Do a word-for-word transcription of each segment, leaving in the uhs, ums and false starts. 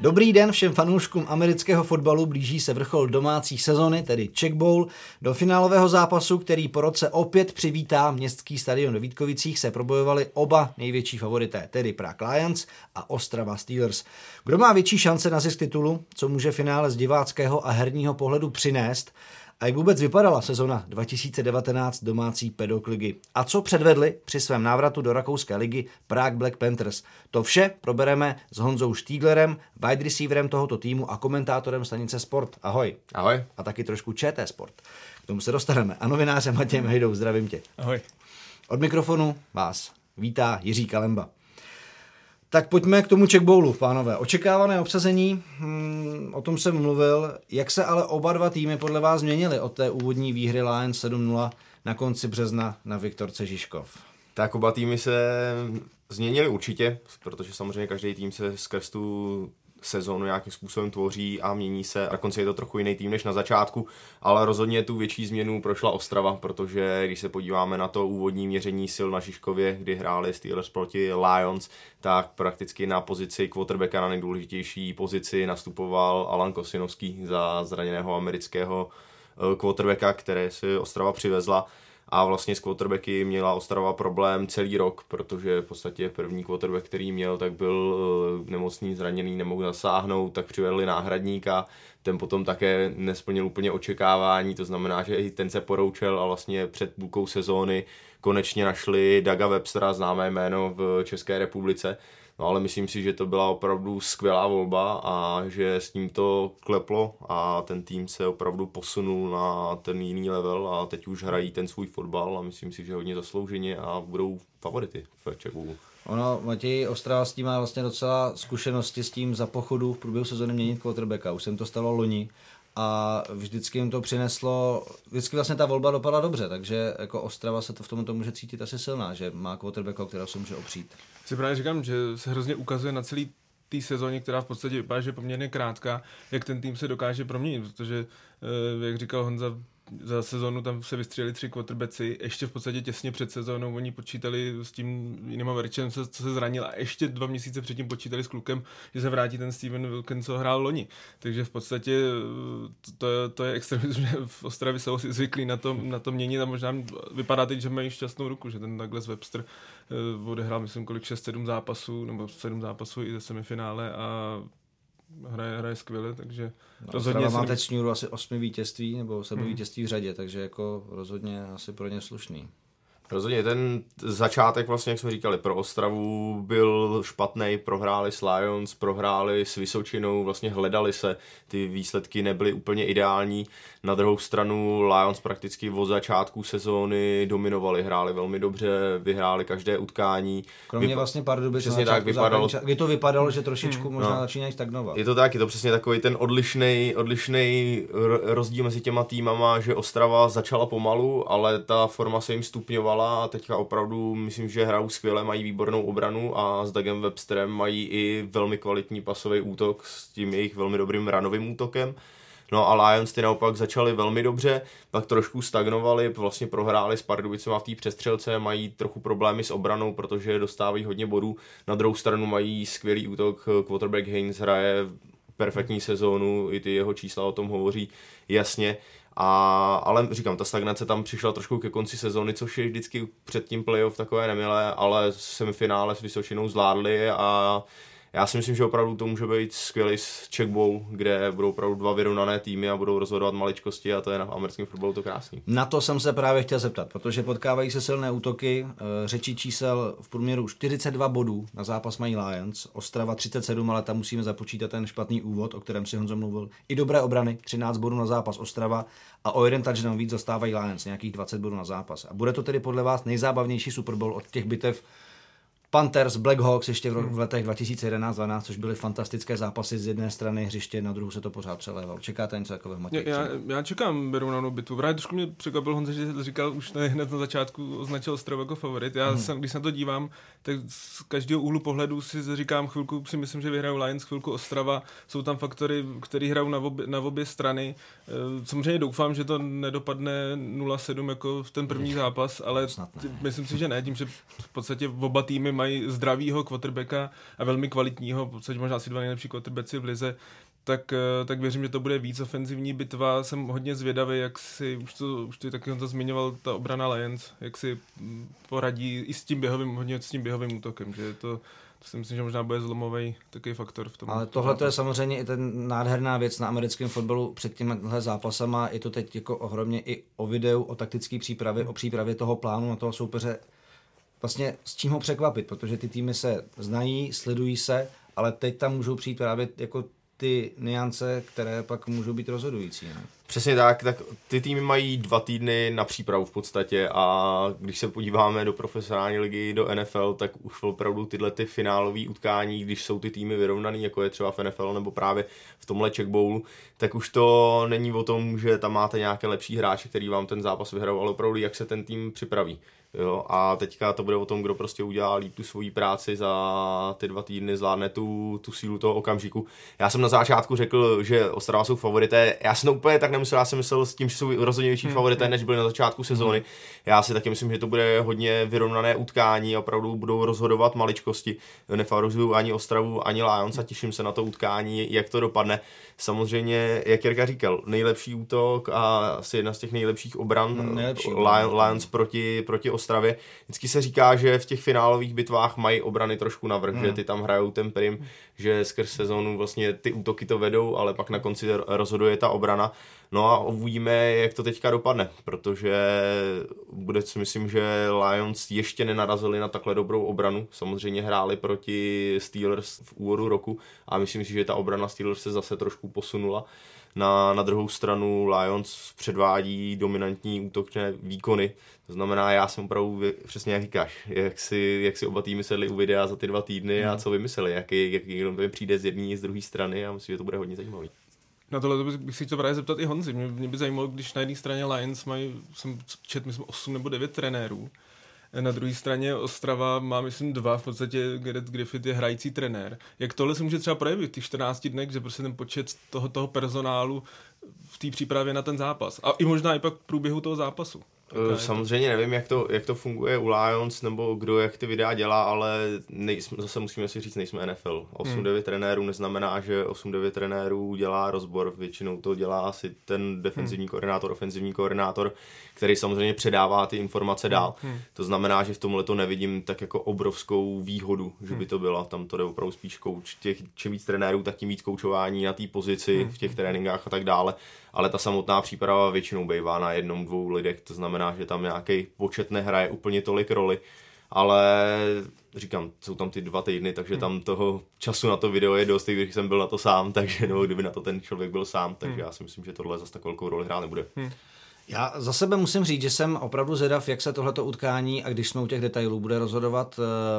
Dobrý den všem fanouškům amerického fotbalu, blíží se vrchol domácí sezony, tedy Czech Bowl. Do finálového zápasu, který po roce opět přivítá městský stadion ve Vítkovicích, se probojovali oba největší favorité, tedy Prague Lions a Ostrava Steelers. Kdo má větší šance na zisk titulu, co může finále z diváckého a herního pohledu přinést, a jak vůbec vypadala sezona dva tisíce devatenáct domácí Pedok ligy a co předvedli při svém návratu do rakouské ligy Prague Black Panthers. To vše probereme s Honzou Štíglerem, wide receiverem tohoto týmu a komentátorem stanice Sport. Ahoj. Ahoj. A taky trošku ČT Sport. K tomu se dostaneme. A novinářem Matějem Hejdou, zdravím tě. Ahoj. Od mikrofonu vás vítá Jiří Kalemba. Tak pojďme k tomu Czech Bowlu, pánové. Očekávané obsazení, hmm, o tom jsem mluvil. Jak se ale oba dva týmy podle vás změnily od té úvodní výhry Lions sedm nula na konci března na Viktorce Žižkov? Tak oba týmy se změnily určitě, protože samozřejmě každý tým se skrz tu sezónu nějakým způsobem tvoří a mění se. Na konci je to trochu jiný tým než na začátku, ale rozhodně tu větší změnu prošla Ostrava, protože když se podíváme na to úvodní měření sil na Žižkově, kdy hráli Steelers proti Lions, tak prakticky na pozici quarterbacka na nejdůležitější pozici nastupoval Alan Kosinovský za zraněného amerického quarterbacka, které si Ostrava přivezla. A vlastně s quarterbacky měla Ostrava problém celý rok, protože v podstatě první quarterback, který měl, tak byl nemocný, zraněný, nemohl zasáhnout, tak přivedli náhradníka. Ten potom také nesplnil úplně očekávání, to znamená, že i ten se poroučel a vlastně před půlkou sezóny konečně našli Douga Webstera, známé jméno v České republice. No ale myslím si, že to byla opravdu skvělá volba a že s ním to kleplo a ten tým se opravdu posunul na ten jiný level a teď už hrají ten svůj fotbal a myslím si, že hodně zaslouženě a budou favority v Czech Bowlu. Ono, Matěj, Ostrava s tím má vlastně docela zkušenosti s tím za pochodu v průběhu sezóny měnit quarterbacka. Už jsem to stalo loni a vždycky jim to přineslo, vždycky vlastně ta volba dopadla dobře, takže jako Ostrava se to v tomto může cítit asi silná, že má quarterbacka, kterého se může opřít. Si právě říkám, že se hrozně ukazuje na celý té sezóně, která v podstatě vypadá, že je poměrně krátká, jak ten tým se dokáže proměnit, protože, jak říkal Honza, za sezónu tam se vystřelili tři quarterbacki, ještě v podstatě těsně před sezónou oni počítali s tím jiným Američanem, co se zranil a ještě dva měsíce předtím počítali s klukem, že se vrátí ten Steven Wilkins, co hrál loni. Takže v podstatě to, to je extremismus, že v Ostravě jsou si zvyklí na to, na to měnit a možná vypadá teď, že mají šťastnou ruku, že ten Douglas Webster odehrál, myslím, kolik šest sedm zápasů, nebo sedm zápasů i ze semifinále a hraje, hraje skvěle, takže no, rozhodně... Má teď sňuru asi osmi vítězství, nebo sedmi hmm. vítězství v řadě, takže jako rozhodně asi pro ně slušný. Rozhodně ten začátek, vlastně, jak jsme říkali, pro Ostravu byl špatný, prohráli s Lions, prohráli s Vysočinou, vlastně hledali se, ty výsledky nebyly úplně ideální. Na druhou stranu Lions prakticky od začátku sezóny dominovali, hráli velmi dobře, vyhráli každé utkání. Kromě Vypa- vlastně pár doby, přesně tak vypadalo, kdy to vypadalo, že trošičku hmm. možná no. začínají stagnovat. Je to tak, je to přesně takový ten odlišnej, odlišnej rozdíl mezi těma týmama, že Ostrava začala pomalu, ale ta forma se jim stupňovala a teďka opravdu myslím, že hrajou skvěle, mají výbornou obranu a s Dougem Websterem mají i velmi kvalitní pasový útok s tím jejich velmi dobrým runovým útokem. No a Lions ty naopak začali velmi dobře, pak trošku stagnovali, vlastně prohráli s Pardubicema v té přestřelce, mají trochu problémy s obranou, protože dostávají hodně bodů. Na druhou stranu mají skvělý útok, quarterback Haynes hraje perfektní sezónu, i ty jeho čísla o tom hovoří jasně. A, ale říkám, ta stagnace tam přišla trošku ke konci sezóny, což je vždycky před tím playoff takové nemilé, ale semifinále s Vysočinou zvládli a já si myslím, že opravdu to může být skvělý Czech Bowl, kde budou opravdu dva vyrovnané týmy a budou rozhodovat maličkosti a to je na americkém fotbalu to krásný. Na to jsem se právě chtěl zeptat, protože potkávají se silné útoky, řečí čísel v průměru čtyřicet dva bodů na zápas mají Lions, Ostrava třicet sedm, ale tam musíme započítat ten špatný úvod, o kterém si Honzo mluvil. I dobré obrany, třináct bodů na zápas Ostrava a o jeden touchdown víc zastávají Lions, nějakých dvacet bodů na zápas. A bude to tedy podle vás nejzábavnější Super Bowl od těch bitev Panthers, Black Hawks ještě v, v letech dva tisíce jedenáct dvanáct, což byly fantastické zápasy z jedné strany hřiště, na druhou se to pořád přelévalo. Čekáte něco takového, Matěj? Já, já čekám vyrovnanou bitvu. Právě trošku mě překvapil Honza, že říkal už hned na začátku, označil Ostravu jako favorit. Já hmm. jsem, když se na to dívám, tak z každého úhlu pohledu si říkám, chvilku si myslím, že vyhrajou Lions, chvilku Ostrava. Jsou tam faktory, které hrajou na obě, na obě strany. Samozřejmě doufám, že to nedopadne nula sedm jako v ten první zápas, ale myslím si, že ne, tím, že v podstatě oba týmy mají zdravýho quarterbacka a velmi kvalitního, v podstatě možná asi dva nejlepší quarterbacki v lize, tak, tak věřím, že to bude víc ofenzivní bitva. Jsem hodně zvědavý, jak si, už to, už to taky on to zmiňoval, ta obrana Lions, jak si poradí i s tím běhovým, hodně s tím běhovým útokem, že to, to si myslím, že možná bude zlomový takový faktor v tom. Ale tohle to je samozřejmě i ten nádherná věc na americkém fotbalu před těmhle zápasama. Je to teď jako ohromně i o videu, o taktické přípravě, o přípravě toho plánu na toho soupeře. Vlastně s čím ho překvapit, protože ty týmy se znají, sledují se, ale teď tam můžou přijít právě jako ty nuance, které pak můžou být rozhodující. Ne? Přesně tak, tak ty týmy mají dva týdny na přípravu v podstatě a když se podíváme do profesionální ligy, do N F L, tak už opravdu tyhle ty finálové utkání, když jsou ty týmy vyrovnaný, jako je třeba v N F L nebo právě v tomhle Czech Bowlu, tak už to není o tom, že tam máte nějaké lepší hráče, který vám ten zápas vyhrajou, ale opravdu jak se ten tým připraví. Jo, a teďka to bude o tom, kdo prostě udělá líp tu svoji práci za ty dva týdny, zvládne tu, tu sílu toho okamžiku. Já jsem na začátku řekl, že Ostrava jsou favorité, já jsem to úplně tak nemyslel, já jsem myslel s tím, že jsou rozhodně větší hmm. favorité, než byly na začátku sezóny. Hmm. Já si taky myslím, že to bude hodně vyrovnané utkání, opravdu budou rozhodovat maličkosti. Nefavorizuju ani Ostravu, ani Lions a těším se na to utkání, jak to dopadne. Samozřejmě, jak Jirka říkal, nejlepší útok a asi jedna z těch nejlepších obran nejlepší. Lions proti, proti Ostravě. Vždycky se říká, že v těch finálových bitvách mají obrany trošku navrch, hmm. že ty tam hrajou ten prim, že skrz sezónu vlastně ty útoky to vedou, ale pak na konci rozhoduje ta obrana. No a uvidíme, jak to teďka dopadne, protože bude si myslím, že Lions ještě nenarazili na takhle dobrou obranu. Samozřejmě hráli proti Steelers v úvodu roku a myslím si, že ta obrana Steelers se zase trošku posunula. Na, na druhou stranu Lions předvádí dominantní útočné výkony. To znamená, já jsem opravdu přesně jak říkáš, jak si, jak si oba týmy sedli u videa za ty dva týdny a co vymysleli, jaký, jaký kdo přijde z jedné i z druhé strany a myslím, že to bude hodně zajímavý. Na tohle bych si to právě zeptat i Honzi. Mě, mě by zajímalo, když na jedné straně Lions mají, jsem četl, myslím, osm nebo devět trenérů. Na druhé straně Ostrava má, myslím, dva, v podstatě Gareth Griffith je hrající trenér. Jak tohle se může třeba projevit v těch čtrnácti dnech, že prostě ten počet toho, toho personálu v té přípravě na ten zápas. A i možná i pak v průběhu toho zápasu. Samozřejmě nevím, jak to, jak to funguje u Lions, nebo kdo jak ty videa dělá, ale nejsme, zase musíme si říct, nejsme N F L. osm devět hmm. trenérů neznamená, že osm devět trenérů dělá rozbor, většinou to dělá asi ten defenzivní hmm. koordinátor, ofenzivní koordinátor, který samozřejmě předává ty informace dál. Hmm. To znamená, že v tomhle to nevidím tak jako obrovskou výhodu, že by to byla. Tam to jde opravdu spíš kouč. Těch, čím víc trenérů, tak tím víc koučování na té pozici, hmm. v těch tréninkách a tak dále. Ale ta samotná příprava většinou bývá na jednom, dvou lidech, to znamená, že tam nějaký počet nehraje úplně tolik roli, ale říkám, jsou tam ty dva týdny, takže tam toho času na to video je dost, když jsem byl na to sám, takže nebo kdyby na to ten člověk byl sám, takže já si myslím, že tohle zase tak velkou roli hrát nebude. Já za sebe musím říct, že jsem opravdu zvědav, jak se tohleto utkání, a když jsme u těch detailů, bude rozhodovat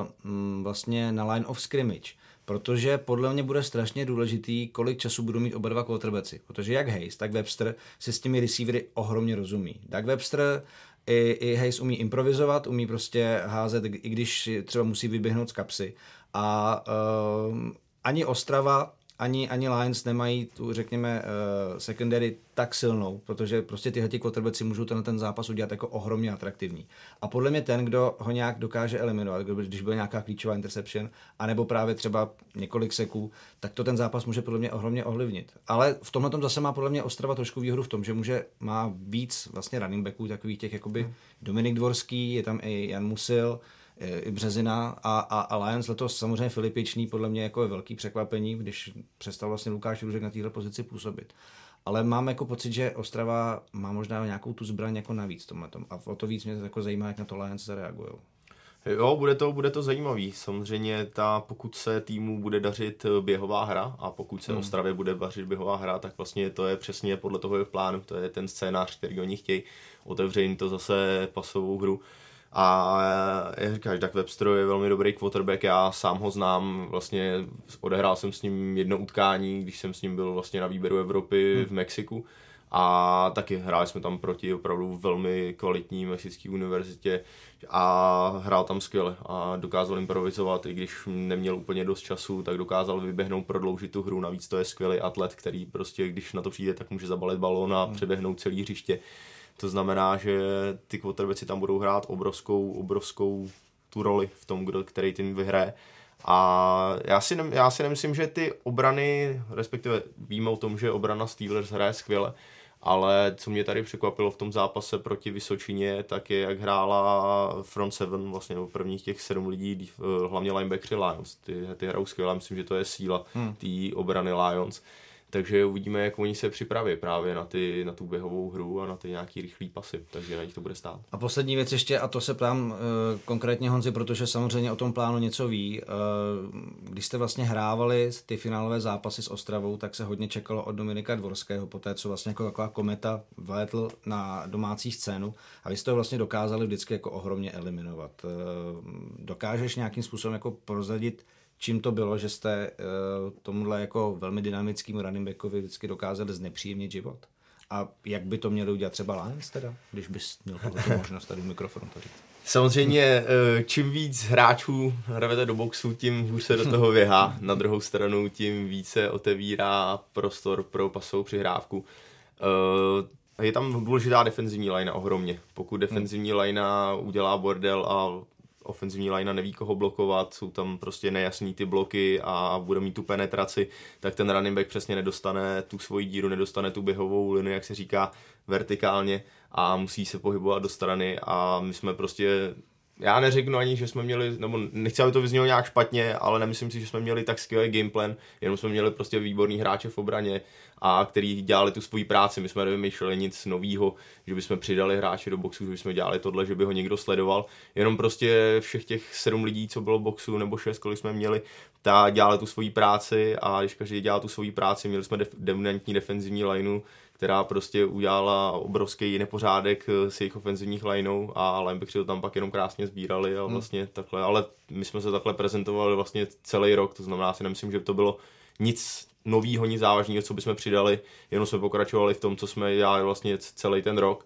vlastně na line of scrimmage. Protože podle mě bude strašně důležitý, kolik času budou mít oba dva quarterbacki. Protože jak Hayes, tak Webster si s těmi receivery ohromně rozumí. Tak Webster i, i Hayes umí improvizovat, umí prostě házet, i když třeba musí vyběhnout z kapsy. A um, ani Ostrava, ani, ani Lions nemají tu, řekněme, uh, secondary tak silnou, protože prostě tyhle quarterbacki můžou ten, ten zápas udělat jako ohromně atraktivní. A podle mě ten, kdo ho nějak dokáže eliminovat, když bude nějaká klíčová interception, anebo právě třeba několik seků, tak to ten zápas může podle mě ohromně ovlivnit. Ale v tomhle tom zase má podle mě Ostrava trošku výhodu v tom, že může, má víc vlastně running backů, takových těch jakoby hmm. Dominik Dvorský, je tam i Jan Musil, i Březina a, a, a Lions letos samozřejmě Filipičný podle mě jako je velký překvapení, když přestal vlastně Lukáš Růžek na této pozici působit. Ale mám jako pocit, že Ostrava má možná nějakou tu zbraň jako navíc tomhletom. A o to víc mě jako zajímá, jak na to Lions zareagujou. Jo, bude to, bude to zajímavý. Samozřejmě ta, pokud se týmu bude dařit běhová hra a pokud se hmm. Ostravě bude dařit běhová hra, tak vlastně to je přesně podle toho jejich plánu. To je ten scénář, který oni chtějí. Otevře jim to zase pasovou hru. A jak říkáš, tak Webster je velmi dobrý quarterback, já sám ho znám, vlastně odehrál jsem s ním jedno utkání, když jsem s ním byl vlastně na výběru Evropy hmm. v Mexiku a taky hráli jsme tam proti opravdu velmi kvalitní mexické univerzitě a hrál tam skvěle a dokázal improvizovat, i když neměl úplně dost času, tak dokázal vyběhnout, prodloužit tu hru, navíc to je skvělý atlet, který prostě, když na to přijde, tak může zabalit balón a hmm. přeběhnout celý hřiště. To znamená, že ty quarterbacki tam budou hrát obrovskou, obrovskou tu roli v tom, kdo, který tým vyhraje. A já si, ne, já si nemyslím, že ty obrany, respektive víme o tom, že obrana Steelers hraje skvěle, ale co mě tady překvapilo v tom zápase proti Vysočině, tak je, jak hrála front seven, vlastně prvních těch sedm lidí, hlavně linebackeri Lions. Ty, ty hrajou skvěle, myslím, že to je síla hmm. té obrany Lions. Takže uvidíme, jak oni se připraví právě na, ty, na tu běhovou hru a na ty nějaký rychlý pasy, takže na nich to bude stát. A poslední věc ještě, a to se ptám uh, konkrétně Honzi, protože samozřejmě o tom plánu něco ví. Uh, když jste vlastně hrávali ty finálové zápasy s Ostravou, tak se hodně čekalo od Dominika Dvorského, poté co vlastně jako taková kometa vlétl na domácí scénu a vy jste ho vlastně dokázali vždycky jako ohromně eliminovat. Uh, dokážeš nějakým způsobem jako prozradit, čím to bylo, že jste uh, tomuhle jako velmi dynamickému running backovi vždycky dokázali znepříjemnit život? A jak by to měli udělat třeba Lions teda, když bys měl tu možnost tady v mikrofonu to říct? Samozřejmě, čím víc hráčů hrajete do boxu, tím hůř se do toho věhá. Na druhou stranu, tím více otevírá prostor pro pasovou přihrávku. Je tam důležitá defenzivní linea ohromně. Pokud defenzivní linea udělá bordel a ofenzivní linea neví, koho blokovat, jsou tam prostě nejasný ty bloky a bude mít tu penetraci, tak ten running back přesně nedostane tu svoji díru, nedostane tu běhovou linii, jak se říká, vertikálně a musí se pohybovat do strany a my jsme prostě, já neřeknu ani, že jsme měli, nebo nechci, aby to vyznělo nějak špatně, ale nemyslím si, že jsme měli tak skvělý gameplan, jenom jsme měli prostě výborný hráče v obraně a který dělali tu svoji práci. My jsme nevymýšleli nic novýho, že bychom přidali hráče do boxu, že bychom dělali tohle, že by ho někdo sledoval. Jenom prostě všech těch sedm lidí, co bylo v boxu, nebo šest, kolik jsme měli, ta dělali tu svoji práci a když každý dělal tu svoji práci, měli jsme def- dominantní defenzivní lineu, která prostě udělala obrovský nepořádek s jejich ofenzivních lineou a linebackři to tam pak jenom krásně sbírali a vlastně hmm. takhle, ale my jsme se takhle prezentovali vlastně celý rok, to znamená, si nemyslím, že to bylo nic novýho, nic závažného, co bychom přidali, jenom jsme pokračovali v tom, co jsme dělali vlastně celý ten rok.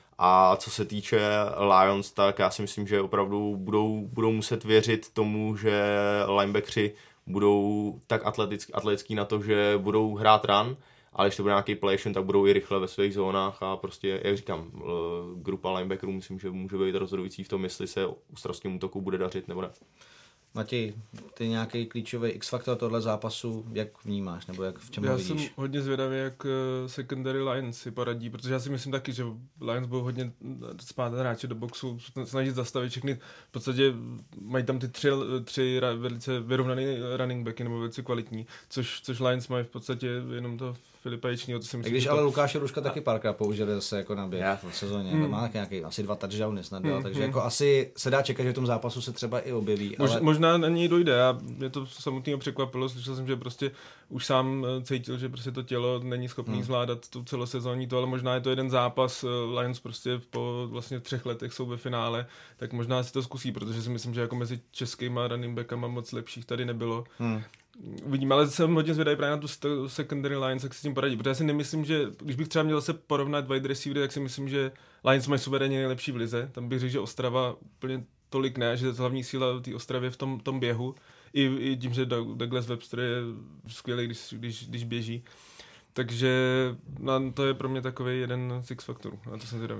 A co se týče Lions, tak já si myslím, že opravdu budou, budou muset věřit tomu, že linebackři budou tak atletický, atletický na to, že budou hrát run, ale když to bude nějaký play action, tak budou i rychle ve svých zónách a prostě, jak říkám, grupa linebackerů myslím, že může být rozhodující v tom, jestli se ústrovským útoku bude dařit nebo ne. Matěj, ty nějaký klíčový X-faktor tohle zápasu, jak vnímáš, nebo jak v čem ho vidíš? Já jsem hodně zvědavý, jak secondary Lions si poradí, protože já si myslím taky, že Lions budou hodně spát hráče do boxu, snažit zastavit všechny, v podstatě mají tam ty tři, tři velice vyrovnaný running backy, nebo velice kvalitní, což, což Lions mají v podstatě jenom to Filipa Jičního, to si myslím. Když to... ale Lukáše Ruška taky párkrát použili zase jako na běh yeah. v sezóně, mm. má nějaký asi dva touchdowny snad, mm. takže mm. jako asi se dá čekat, že v tom zápasu se třeba i objeví. Mož, ale... Možná na něj dojde, já, mě to samotného překvapilo, slyšel jsem, že prostě už sám cítil, že prostě to tělo není schopný mm. zvládat tu celosezónní to, ale možná je to jeden zápas, Lions prostě po vlastně třech letech jsou ve finále, tak možná si to zkusí, protože si myslím, že jako mezi českýma running backama moc lepších tady nebylo. Mm. Uvidíme, ale jsem hodně zvědavý právě na tu secondary Lions, jak si s tím poradí, protože já si nemyslím, že když bych třeba měl zase porovnat wide receivery, tak si myslím, že Lions mají suverénně nejlepší v lize, tam bych řekl, že Ostrava úplně tolik ne, že hlavní síla té Ostravy v tom, tom běhu, i, i tím, že Douglas Webster je skvělý, když, když, když běží, takže no, to je pro mě takový jeden z X-faktorů, na to jsem zvědavý.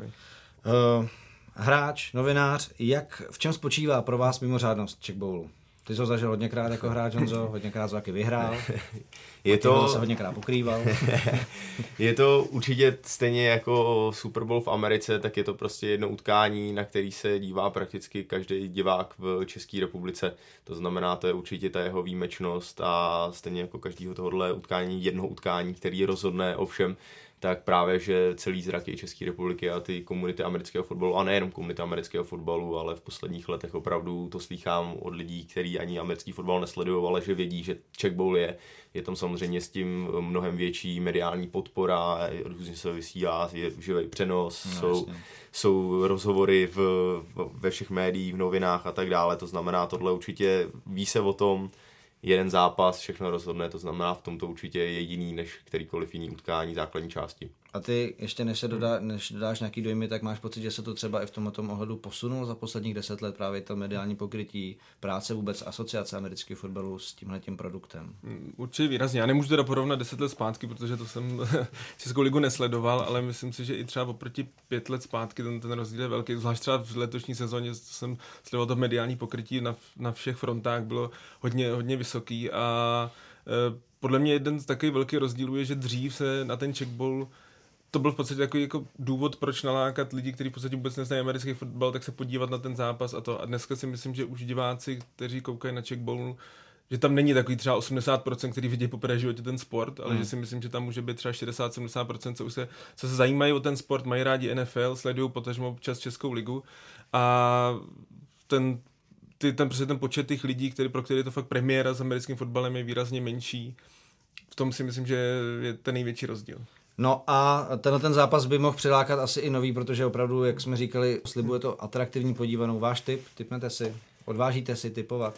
Uh, hráč, novinář, jak, v čem spočívá pro vás mimořádnost Czech Bowlu? Ty jsi ho zažil hodněkrát jako hráč, Honzo, hodněkrát to taky vyhrál. Je to se hodněkrát pokrýval. Je to určitě stejně jako Super Bowl v Americe, tak je to prostě jedno utkání, na který se dívá prakticky každý divák v České republice. To znamená, to je určitě ta jeho výjimečnost a stejně jako každého tohohle utkání, jednoho utkání, který rozhodne o všem, tak právě, že celý zrak je České republiky a ty komunity amerického fotbalu, a nejenom komunity amerického fotbalu, ale v posledních letech opravdu to slýchám od lidí, kteří ani americký fotbal nesledují, ale že vědí, že Czech Bowl je. Je tam samozřejmě s tím mnohem větší mediální podpora, různě se vysílá, je živý přenos, no, jsou, jsou rozhovory v, v, ve všech médiích, v novinách a tak dále. To znamená, tohle určitě ví se o tom, jeden zápas, všechno rozhodne, to znamená v tomto určitě je jiný než kterýkoliv jiný utkání základní části. A ty ještě než se dodá, než dodáš nějaký dojmy, tak máš pocit, že se to třeba i v tomto ohledu posunulo za posledních deset let právě to mediální pokrytí, práce vůbec asociace amerického fotbalu s tímhletím produktem? Určitě výrazně. Já nemůžu teda porovnat deset let zpátky, protože to jsem Českou ligu nesledoval, ale myslím si, že i třeba oproti pět let zpátky ten, ten rozdíl je velký. Zvlášť třeba v letošní sezóně jsem sledoval to mediální pokrytí na, na všech frontách, bylo hodně, hodně vysoký a e, podle mě jeden z takových velkých rozdílů je, že dřív se na ten Czech Bowl to byl v podstatě takový jako důvod, proč nalákat lidi, kteří v podstatě vůbec neznají americký fotbal, tak se podívat na ten zápas a to. A dneska si myslím, že už diváci, kteří koukají na Czech Bowl, že tam není takový třeba osmdesát procent, který vidí poprvé v životě ten sport, ale hmm. že si myslím, že tam může být třeba šedesát až sedmdesát procent, co už se, co se zajímají o ten sport, mají rádi N F L, sledují potažmo občas Českou ligu a ten, ty, ten, prostě ten počet těch lidí, který, pro který je to fakt premiéra s americkým fotbalem, je výrazně menší. V tom si myslím, že je ten největší rozdíl. No a tenhle ten zápas by mohl přilákat asi i nový, protože opravdu, jak jsme říkali, slibuje to atraktivní podívanou. Váš tip? Tipnete si? Odvážíte si tipovat?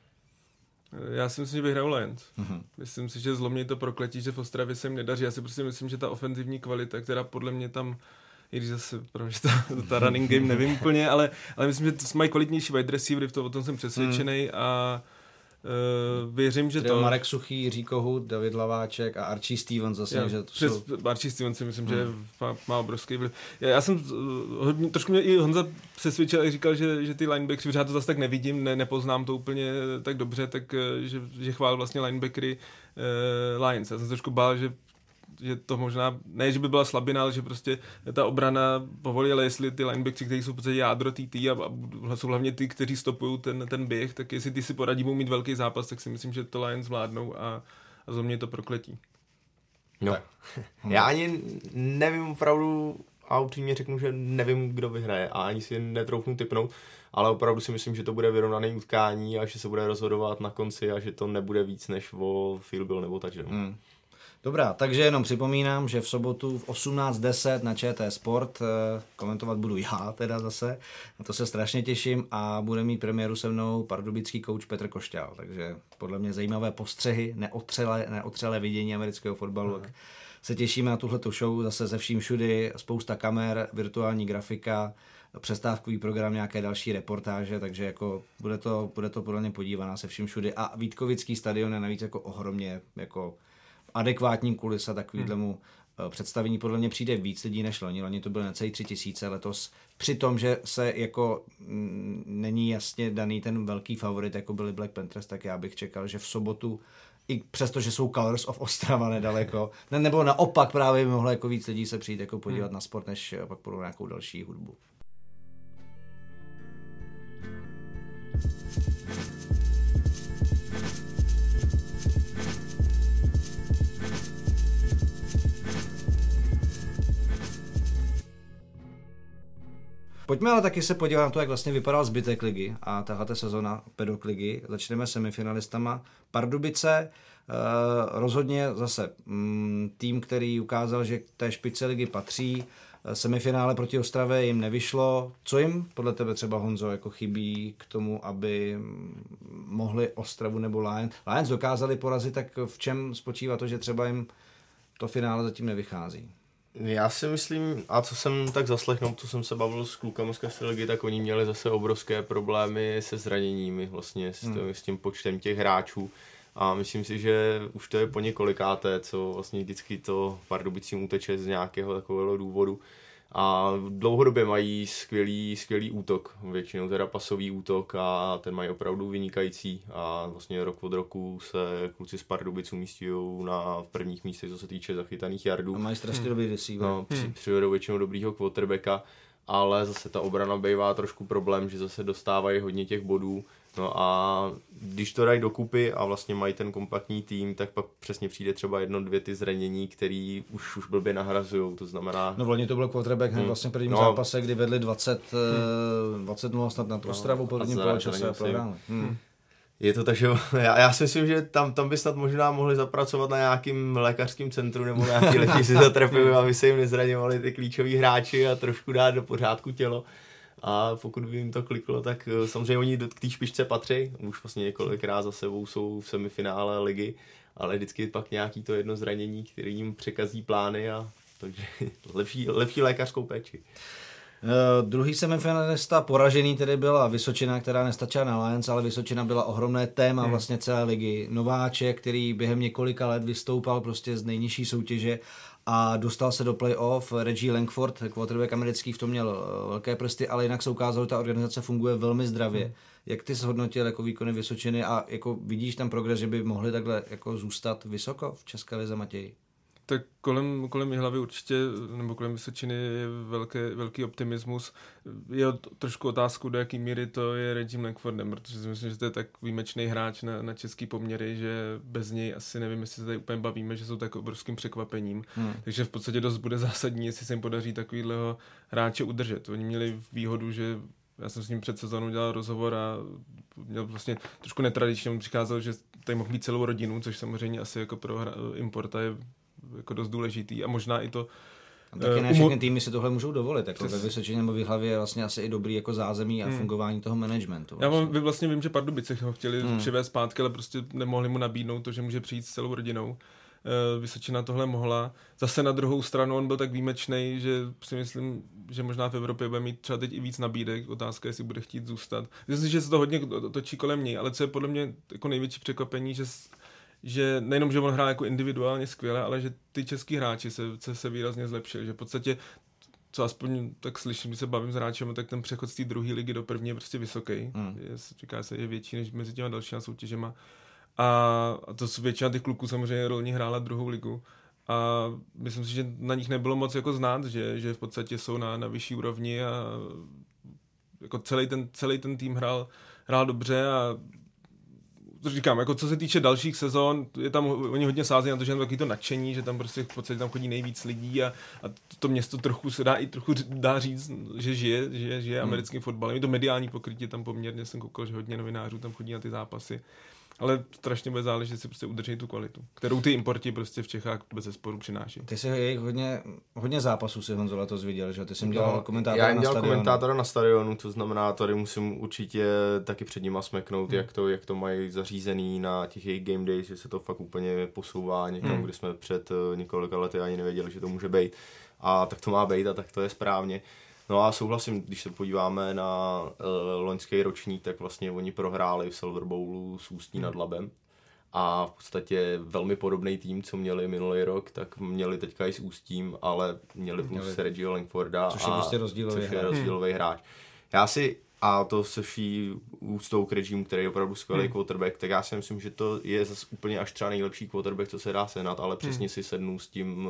Já si myslím, že vyhrajou Lions. Uh-huh. Myslím si, že zlomně to prokletí, že v Ostravě se jim nedaří. Já si prostě myslím, že ta ofenzivní kvalita, která podle mě tam, i když zase, protože ta, ta running game nevím úplně, ale, ale myslím, že mají kvalitnější wide receivery, v to, o tom jsem přesvědčený uh-huh. a Uh, věřím, že Trio to... Marek Suchý, Jiří Kohut, David Laváček a Archie Stevens zase, já, že to přes jsou... Archie Stevens si myslím, hmm. že má, má obrovský vliv. Já, já jsem hodně, trošku mě i Honza přesvědčil a říkal, že, že ty linebackers, protože já to zase tak nevidím, ne, nepoznám to úplně tak dobře, tak že, že chvál vlastně linebackery uh, Lions. Já jsem se trošku bál, že že to možná, ne, že by byla slabina, ale že prostě ta obrana povolí, ale jestli ty linebackers, kteří jsou v podstatě jádro té tý a, a jsou hlavně ty, kteří stopují ten, ten běh, tak jestli ty si poradí mít velký zápas, tak si myslím, že to Lions zvládnou a, a za mě to prokletí. No, já ani nevím opravdu, a upřímně řeknu, že nevím, kdo vyhraje a ani si netroufnu tipnout, ale opravdu si myslím, že to bude vyrovnaný utkání a že se bude rozhodovat na konci a že to nebude víc než o field goal nebo touchdown. Hmm. Dobrá, takže jenom připomínám, že v sobotu v osmnáct deset na Č T Sport komentovat budu já teda zase, na to se strašně těším a bude mít premiéru se mnou pardubický kouč Petr Košťál, takže podle mě zajímavé postřehy, neotřelé, neotřelé vidění amerického fotbalu, tak se těšíme na tuhletu show zase ze vším všudy, spousta kamer, virtuální grafika, přestávkový program, nějaké další reportáže, takže jako bude to, bude to podle mě podívaná se vším všudy a Vítkovický stadion je navíc jako ohromně jako adekvátní kulisa takovýhlemu hmm. představení podle mě přijde víc lidí než loni. Loni to bylo necelý tři tisíce, letos při tom, že se jako m, není jasně daný ten velký favorit, jako byli Black Panthers, tak já bych čekal, že v sobotu, i přesto, že jsou Colors of Ostrava nedaleko, ne, nebo naopak právě by mohlo jako víc lidí se přijít jako podívat hmm. na sport, než pak budou nějakou další hudbu. Pojďme ale taky se podívat na to, jak vlastně vypadal zbytek ligy a tahle sezona Pedok ligy. Začneme semifinalistama. Pardubice eh, rozhodně zase mm, tým, který ukázal, že k té špičce ligy patří. Semifinále proti Ostravě jim nevyšlo. Co jim podle tebe třeba, Honzo, jako chybí k tomu, aby mohli Ostravu nebo Lions? Lions dokázali porazit, tak v čem spočívá to, že třeba jim to finále zatím nevychází? Já si myslím, a co jsem tak zaslechnul, co jsem se bavil s klukama z Kasty ligy, tak oni měli zase obrovské problémy se zraněními, vlastně s, hmm. s tím počtem těch hráčů. A myslím si, že už to je po několikáté, co vlastně vždycky to Pardubicím uteče z nějakého takového důvodu. A dlouhodobě mají skvělý, skvělý útok, většinou teda pasový útok a ten mají opravdu vynikající a vlastně rok od roku se kluci z Pardubic umístějí na v prvních místech, co se týče zachytaných yardů. A mají strašně hmm. dobrý receiver. No, hmm. přivedou většinou dobrýho quarterbacka, ale zase ta obrana bývá trošku problém, že zase dostávají hodně těch bodů. No a když to dají dokupy a vlastně mají ten kompaktní tým, tak pak přesně přijde třeba jedno, dvě ty zranění, který už, už blbě nahrazujou, to znamená... No vlastně to byl quarterback hmm. vlastně v prvním no. zápase, kdy vedli dvacet nula snad nad Ostravou po prvním poločase a prohráli. Hmm. Je to tak, že já, já si myslím, že tam, tam by snad možná mohli zapracovat na nějakým lékařským centru nebo nějaký lepší si zatrapují, aby se jim nezraňovali ty klíčoví hráči a trošku dát do pořádku tělo. A pokud by jim to kliklo, tak samozřejmě oni k té špičce patří, už vlastně několikrát za sebou jsou v semifinále ligy, ale vždycky pak nějaký to jedno zranění, který jim překazí plány a takže lepší, lepší lékařskou péči. Uh, druhý semifinalista poražený tedy byla Vysočina, která nestačila na Lions, ale Vysočina byla ohromné téma hmm. vlastně celé ligy. Nováček, který během několika let vystoupal prostě z nejnižší soutěže a dostal se do playoff. Reggie Langford, quarterback americký, v tom měl velké prsty, ale jinak se ukázalo, že ta organizace funguje velmi zdravě. Hmm. Jak ty zhodnotil jako výkony Vysočiny a jako vidíš tam progres, že by mohli takhle jako zůstat vysoko v České lize, Matěji? Tak kolem, kolem Jihlavy určitě, nebo kolem Vysočiny je velké, velký optimismus. Je trošku otázku, do jaký míry to je Reggie Langfordem, protože si myslím, že to je tak výjimečný hráč na, na český poměry, že bez něj asi nevím, jestli se tady úplně bavíme, že jsou tak obrovským překvapením. Hmm. Takže v podstatě dost bude zásadní, jestli se jim podaří takovýhleho hráče udržet. Oni měli výhodu, že já jsem s ním před sezónou dělal rozhovor a měl vlastně trošku netradičně, on přicházel, že tady mohl mít celou rodinu, což samozřejmě asi jako pro importa je jako dost důležitý a možná i to... A taky ne všechny týmy si tohle můžou dovolit, jako ve Vysočině nebo v Jihlavě je vlastně asi i dobrý jako zázemí a hmm. fungování toho managementu. Vlastně. Já mám, vlastně vím, že Pardubice ho chtěli hmm. přivést zpátky, ale prostě nemohli mu nabídnout to, že může přijít s celou rodinou. Vysočina tohle mohla. Zase na druhou stranu on byl tak výjimečný, že si myslím, že možná v Evropě bude mít třeba teď i víc nabídek. Otázka, jestli bude chtít zůstat. Myslím, že se to hodně točí kolem něj, ale co je podle mě jako největší překvapení, že že nejenom, že on hrál jako individuálně skvěle, ale že ty český hráči se, se, se výrazně zlepšili, že v podstatě, co aspoň tak slyším, když se bavím s hráčem, tak ten přechod z té druhé ligy do první je prostě vysoký. Hmm. Je, říká se, je větší než mezi těma dalšíma soutěžema. A, a to většina těch kluků samozřejmě rolní hrála druhou ligu. A myslím si, že na nich nebylo moc jako znát, že, že v podstatě jsou na, na vyšší úrovni a jako celý ten, celý ten tým hrál, hrál dobře a to říkám, jako co se týče dalších sezon, je tam, oni hodně sází na to, že je takový to nadšení, že tam prostě v podstatě tam chodí nejvíc lidí a, a to, to město trochu se dá i trochu dá říct, že žije, žije, žije hmm. americkým fotbalem. Je to mediální pokrytí tam poměrně, jsem koukal, že hodně novinářů tam chodí na ty zápasy. Ale strašně bude záležet, že si prostě udrží tu kvalitu, kterou ty importy prostě v Čechách bez zesporu přináší. Ty jsi jejich hodně, hodně zápasů si Honzo letos viděl, že? Ty jsi dělal no, komentátora já na dělal stadionu. komentátora na stadionu, to znamená, tady musím určitě taky před nima smeknout, hmm. jak, to, jak to mají zařízený na těch jejich game days, že se to fakt úplně posouvá někam, hmm. kde jsme před několika lety ani nevěděli, že to může být. A tak to má být a tak to je správně. No a souhlasím, když se podíváme na uh, loňský ročník, tak vlastně oni prohráli v Silver Bowlu s Ústí hmm. nad Labem. A v podstatě velmi podobný tým, co měli minulý rok, tak měli teďka i s Ústím, ale měli plus měli. Reggieho Langforda, což je prostě rozdílový hráč. rozdílový hmm. hráč. Já si, a to se vší úctou k Reggiemu, který je opravdu skvělý hmm. quarterback, tak já si myslím, že to je zase úplně až třeba nejlepší quarterback, co se dá sehnat, ale přesně hmm. si sednu s tím,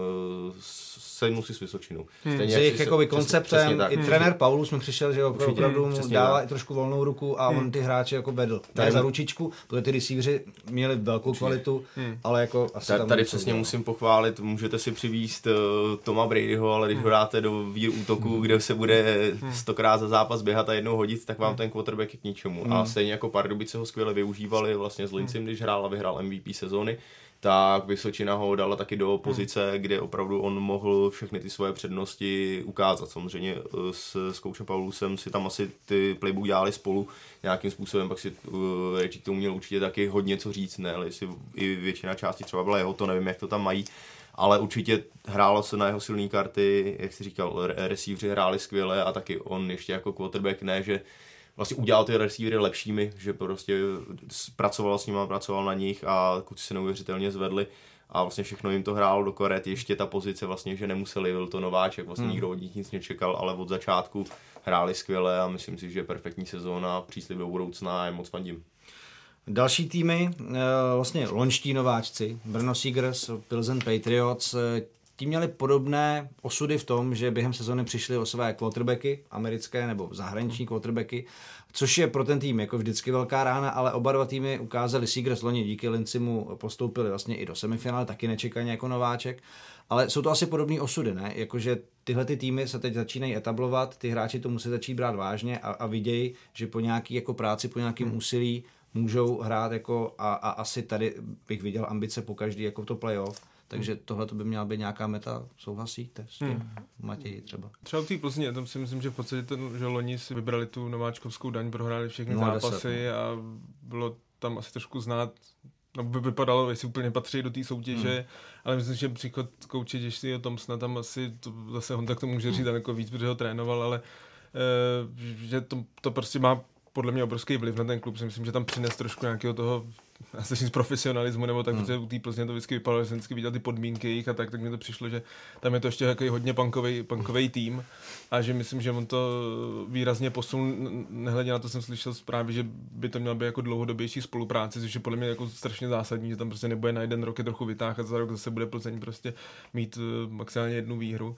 sednu si s Vysočinou. Hmm. S jejich jakoby konceptem, i hmm. trenér Paulus mi přišel, že opravdu, opravdu mu dává i trošku volnou ruku a hmm. on ty hráče jako vedl. Tady za ručičku, protože ty receiveři měli velkou určitě. Kvalitu, hmm. ale jako asi tady, tam tady přesně dělat. Musím pochválit, můžete si přivízt uh, Toma Bradyho, ale když hmm. ho dáte do vír útoku, hmm. kde se bude stokrát za zápas běhat a jednou hodit, tak vám hmm. ten quarterback je k ničemu. Hmm. A stejně jako Pardubice ho skvěle využívali vlastně s Lincem, když hrál a vyhrál M V P sezóny, tak Vysočina ho dala taky do pozice, hmm. kde opravdu on mohl všechny ty svoje přednosti ukázat. Samozřejmě s, s koučem Paulusem si tam asi ty playbook dělali spolu nějakým způsobem, pak si uh, Reggie k tomu měl určitě taky hodně co říct, ne, ale jestli i většina částí třeba byla jeho, to nevím, jak to tam mají, ale určitě hrálo se na jeho silné karty, jak jsi říkal, receiveři hráli skvěle a taky on ještě jako quarterback, ne, že vlastně udělal ty receivery lepšími, že prostě pracoval s nimi, pracoval na nich a kluci se neuvěřitelně zvedli a vlastně všechno jim to hrálo do koret, ještě ta pozice vlastně, že nemuseli, byl to nováček, vlastně hmm. nikdo od nich nic nečekal, ale od začátku hráli skvěle a myslím si, že je perfektní sezóna, příslib do budoucna a je moc fandím. Další týmy, vlastně loňští nováčci, Brno Seagers, Pilsen Patriots, ti měli podobné osudy v tom, že během sezóny přišli o své quarterbacky, americké nebo zahraniční quarterbacky, což je pro ten tým jako vždycky velká rána, ale oba dva týmy ukázali, Seagers loni díky Lincimu postoupili vlastně i do semifinále, taky nečekaně jako nováček, ale jsou to asi podobné osudy, ne? Jakože tyhle ty týmy se teď začínají etablovat, ty hráči to musí začít brát vážně a, a vidějí, že po nějaký jako práci, po nějakém hmm. úsilí můžou hrát jako a, a asi tady bych viděl ambice po každý jako to playoff. Takže tohle to by měla být nějaká meta, souhlasíte s tím, hmm. Matěji třeba? Třeba v té Plzni, tam si myslím, že v podstatě ten, že loni si vybrali tu nováčkovskou daň, prohráli všechny no, zápasy deset, no. a bylo tam asi trošku znát no, by vypadalo, jestli úplně patří do té soutěže, hmm. ale myslím, že příchod kouče Jesseho Thompsona tam asi, to zase Honza k tomu může říct daleko víc, protože ho trénoval, ale uh, že to, to prostě má podle mě obrovský vliv na ten klub. Si myslím, že tam přines trošku nějakého toho, asi říct profesionalismu, nebo tak, hmm. protože u té Plzně to vždycky vypadalo, že jsem vždycky viděl ty podmínky jejich a tak, tak mi to přišlo, že tam je to ještě takový hodně punkovej, punkovej tým a že myslím, že on to výrazně posun, nehledě na to jsem slyšel zprávy, že by to měla být jako dlouhodobější spolupráce, což je podle mě jako strašně zásadní, že tam prostě nebude na jeden rok je trochu vytáhat, za rok zase bude Plzeň prostě mít maximálně jednu výhru.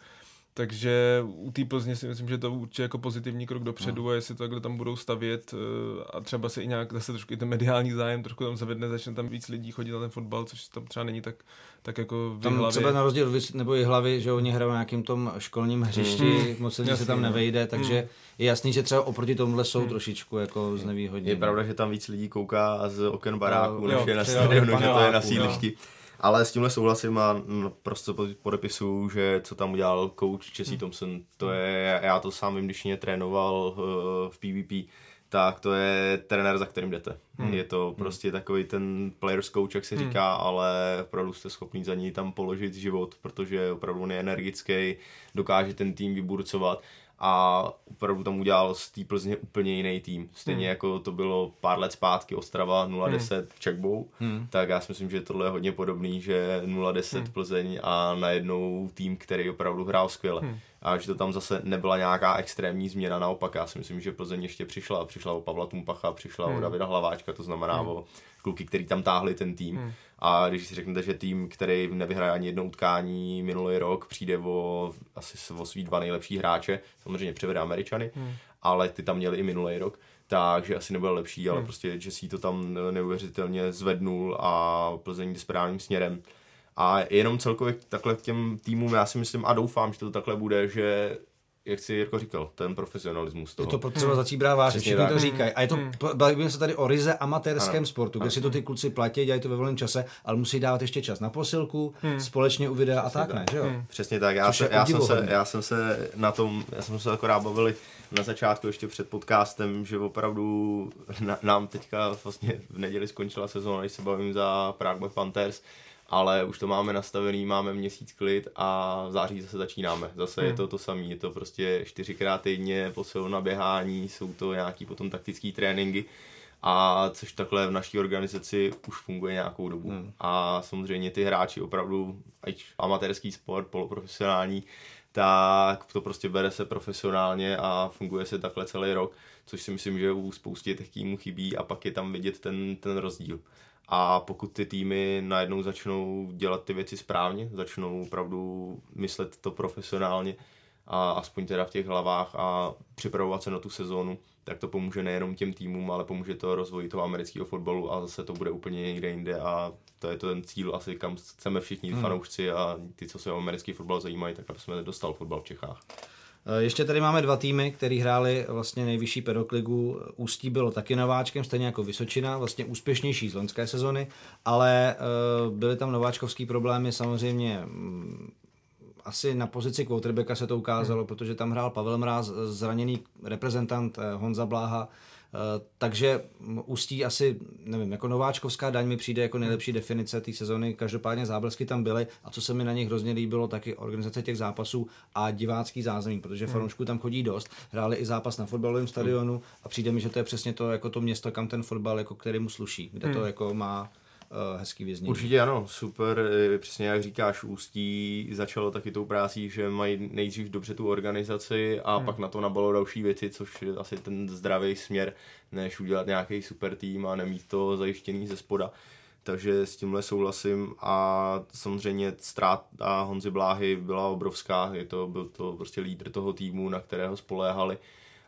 Takže u té Plzně si myslím, že to určitě jako pozitivní krok dopředu no. a jestli to takhle tam budou stavět a třeba se i nějak zase trošku i ten mediální zájem trošku tam zavedne, začne tam víc lidí chodit na ten fotbal, což tam třeba není tak, tak jako v tam hlavě. Třeba na rozdíl nebo i hlavy, že oni hrajou na nějakým tom školním hřišti, hmm. moc lidí se tam nevejde, takže hmm. je jasný, že třeba oproti tomuhle jsou hmm. trošičku jako znevýhodnění. Je pravda, že tam víc lidí kouká z oken baráku, než je na stadionu, že to je na sídlišti. Ale s tímhle souhlasím a no, prostě podepisuju, že co tam udělal coach Jesse Thompson, to je, já to sám vím, když mě trénoval uh, v P V P, tak to je trenér, za kterým jdete. Hmm. Je to prostě takový ten players coach, jak se hmm. říká, ale opravdu jste schopný za něj tam položit život, protože opravdu on je energický, dokáže ten tým vyburcovat. A opravdu tam udělal z té Plzně úplně jiný tým. Stejně hmm. jako to bylo pár let zpátky Ostrava nula deset hmm. Czech Bowl, hmm. tak já si myslím, že tohle je hodně podobný, že nula deset hmm. Plzeň a najednou tým, který opravdu hrál skvěle. Hmm. A že to tam zase nebyla nějaká extrémní změna, naopak já si myslím, že Plzeň ještě přišla. Přišla o Pavla Tumpacha, přišla hmm. o Davida Hlaváčka, to znamená hmm. o kluky, který tam táhli ten tým. Hmm. A když si řeknete, že tým, který nevyhraje ani jedno utkání minulý rok, přijde o asi o svý dva nejlepší hráče, samozřejmě převede Američany, hmm. ale ty tam měli i minulý rok, takže asi nebyl lepší, ale hmm. prostě Jesse to tam neuvěřitelně zvednul a Plzeň jde správným směrem. A jenom celkově takhle k těm týmům, já si myslím a doufám, že to takhle bude, že jak si Jirko říkal, ten profesionalismus toho. Je to potřeba hmm. začít brát vážně, všichni to říkají. A je to, hmm. bavíme se tady o ryze amatérském ano. sportu, kde ano. si to ty kluci platí, dělají to ve volném čase, ale musí dávat ještě čas na posilku, hmm. společně u videa přesně a tak, tak ne, že jo? Hmm. Přesně tak, já, se, já, jsem se, já jsem se na tom, já jsem se akorát bavili na začátku ještě před podcastem, že opravdu na, nám teďka vlastně v neděli skončila sezóna, když se bavím za Prague Black Panthers, ale už to máme nastavený, máme měsíc klid a v září zase začínáme. Zase hmm. je to to samé, je to prostě čtyřikrát týdně posilna běhání, jsou to nějaký potom taktický tréninky a což takhle v naší organizaci už funguje nějakou dobu. Hmm. A samozřejmě ty hráči opravdu, ať amatérský sport, poloprofesionální, tak to prostě bere se profesionálně a funguje se takhle celý rok, což si myslím, že u spoustě těch týmů chybí a pak je tam vidět ten, ten rozdíl. A pokud ty týmy najednou začnou dělat ty věci správně, začnou opravdu myslet to profesionálně a aspoň teda v těch hlavách a připravovat se na tu sezónu, tak to pomůže nejenom těm týmům, ale pomůže to rozvoji toho amerického fotbalu a zase to bude úplně někde jinde a to je to ten cíl asi, kam chceme všichni hmm. fanoušci a ty, co se o americký fotbal zajímají, tak aby jsme dostal fotbal v Čechách. Ještě tady máme dva týmy, který hráli vlastně nejvyšší pedokligu. Ústí bylo taky nováčkem, stejně jako Vysočina, vlastně úspěšnější z loňské sezony, ale byly tam nováčkovský problémy samozřejmě. Asi na pozici quarterbacka se to ukázalo, hmm. protože tam hrál Pavel Mráz, zraněný reprezentant Honza Bláha, takže Ústí asi, nevím, jako nováčkovská daň mi přijde jako nejlepší definice té sezony, každopádně záblesky tam byly a co se mi na nich hrozně líbilo, taky organizace těch zápasů a divácký zázemí, protože fanoušků tam chodí dost, hráli i zápas na fotbalovém stadionu a přijde mi, že to je přesně to, jako to město, kam ten fotbal, jako který mu sluší, kde to jako má Uh, hezký věznění. Určitě ano, super, přesně jak říkáš, Ústí začalo taky tou prácí, že mají nejdřív dobře tu organizaci a hmm. pak na to nabalo další věci, což je asi ten zdravý směr, než udělat nějaký super tým a nemít to zajištěný ze spoda. Takže s tímhle souhlasím a samozřejmě ztráta Honzy Bláhy byla obrovská, je to, byl to prostě lídr toho týmu, na kterého spoléhali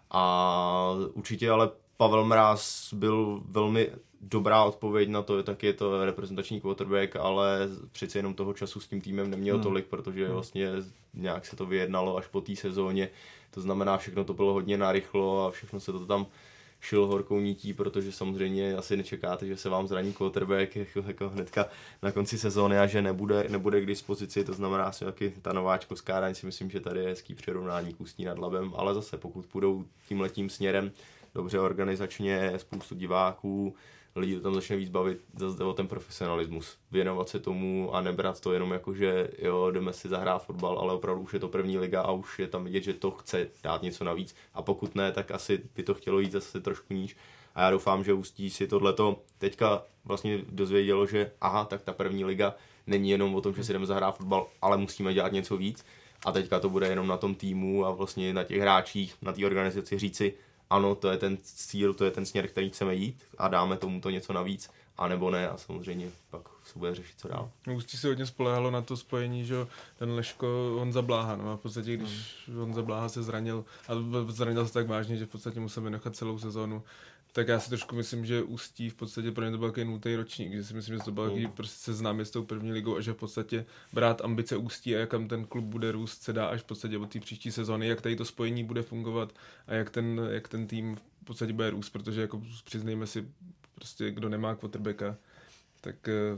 a určitě ale Pavel Mráz byl velmi dobrá odpověď na to, tak je to reprezentační quarterback, ale přeci jenom toho času s tím týmem neměl hmm. tolik, protože vlastně nějak se to vyjednalo až po té sezóně. To znamená, všechno to bylo hodně narychlo a všechno se to tam šilo horkou nití, protože samozřejmě asi nečekáte, že se vám zraní quarterback jako, jako hnedka na konci sezóny a že nebude, nebude k dispozici. To znamená asi taky ta nováčkovská daň, si myslím, že tady je hezký přirovnání k Ústí nad Labem, ale zase pokud půjdou tímhletím směrem, dobře organizačně, spoustu diváků, lidi to tam začne víc bavit, zase o ten profesionalismus, věnovat se tomu a nebrat to jenom jako, že jo, jdeme si zahrát fotbal, ale opravdu už je to první liga a už je tam vidět, že to chce dát něco navíc a pokud ne, tak asi by to chtělo jít zase trošku níž. A já doufám, že Ústí si tohleto teďka vlastně dozvědělo, že aha, tak ta první liga není jenom o tom, že si jdeme zahrát fotbal, ale musíme dělat něco víc. A teďka to bude jenom na tom týmu a vlastně na těch hráčích, na té organizaci říci, ano, to je ten cíl, to je ten směr, který chceme jít a dáme tomuto něco navíc, anebo ne a samozřejmě pak se bude řešit, co dál. Ústí se hodně spoléhalo na to spojení, že ten Leško Honza Bláha, no a v podstatě, když hmm. Honza Bláha se zranil a zranil se tak vážně, že v podstatě musel vynechat celou sezónu, tak já si trošku myslím, že Ústí v podstatě pro ně to byl takový nultý ročník, že si myslím, že to byl mm. prostě seznámit s tou první ligou a že v podstatě brát ambice Ústí a jakam ten klub bude růst se dá až v podstatě od té příští sezóny, jak tady to spojení bude fungovat a jak ten, jak ten tým v podstatě bude růst, protože jako přiznejme si, prostě kdo nemá quarterbacka, tak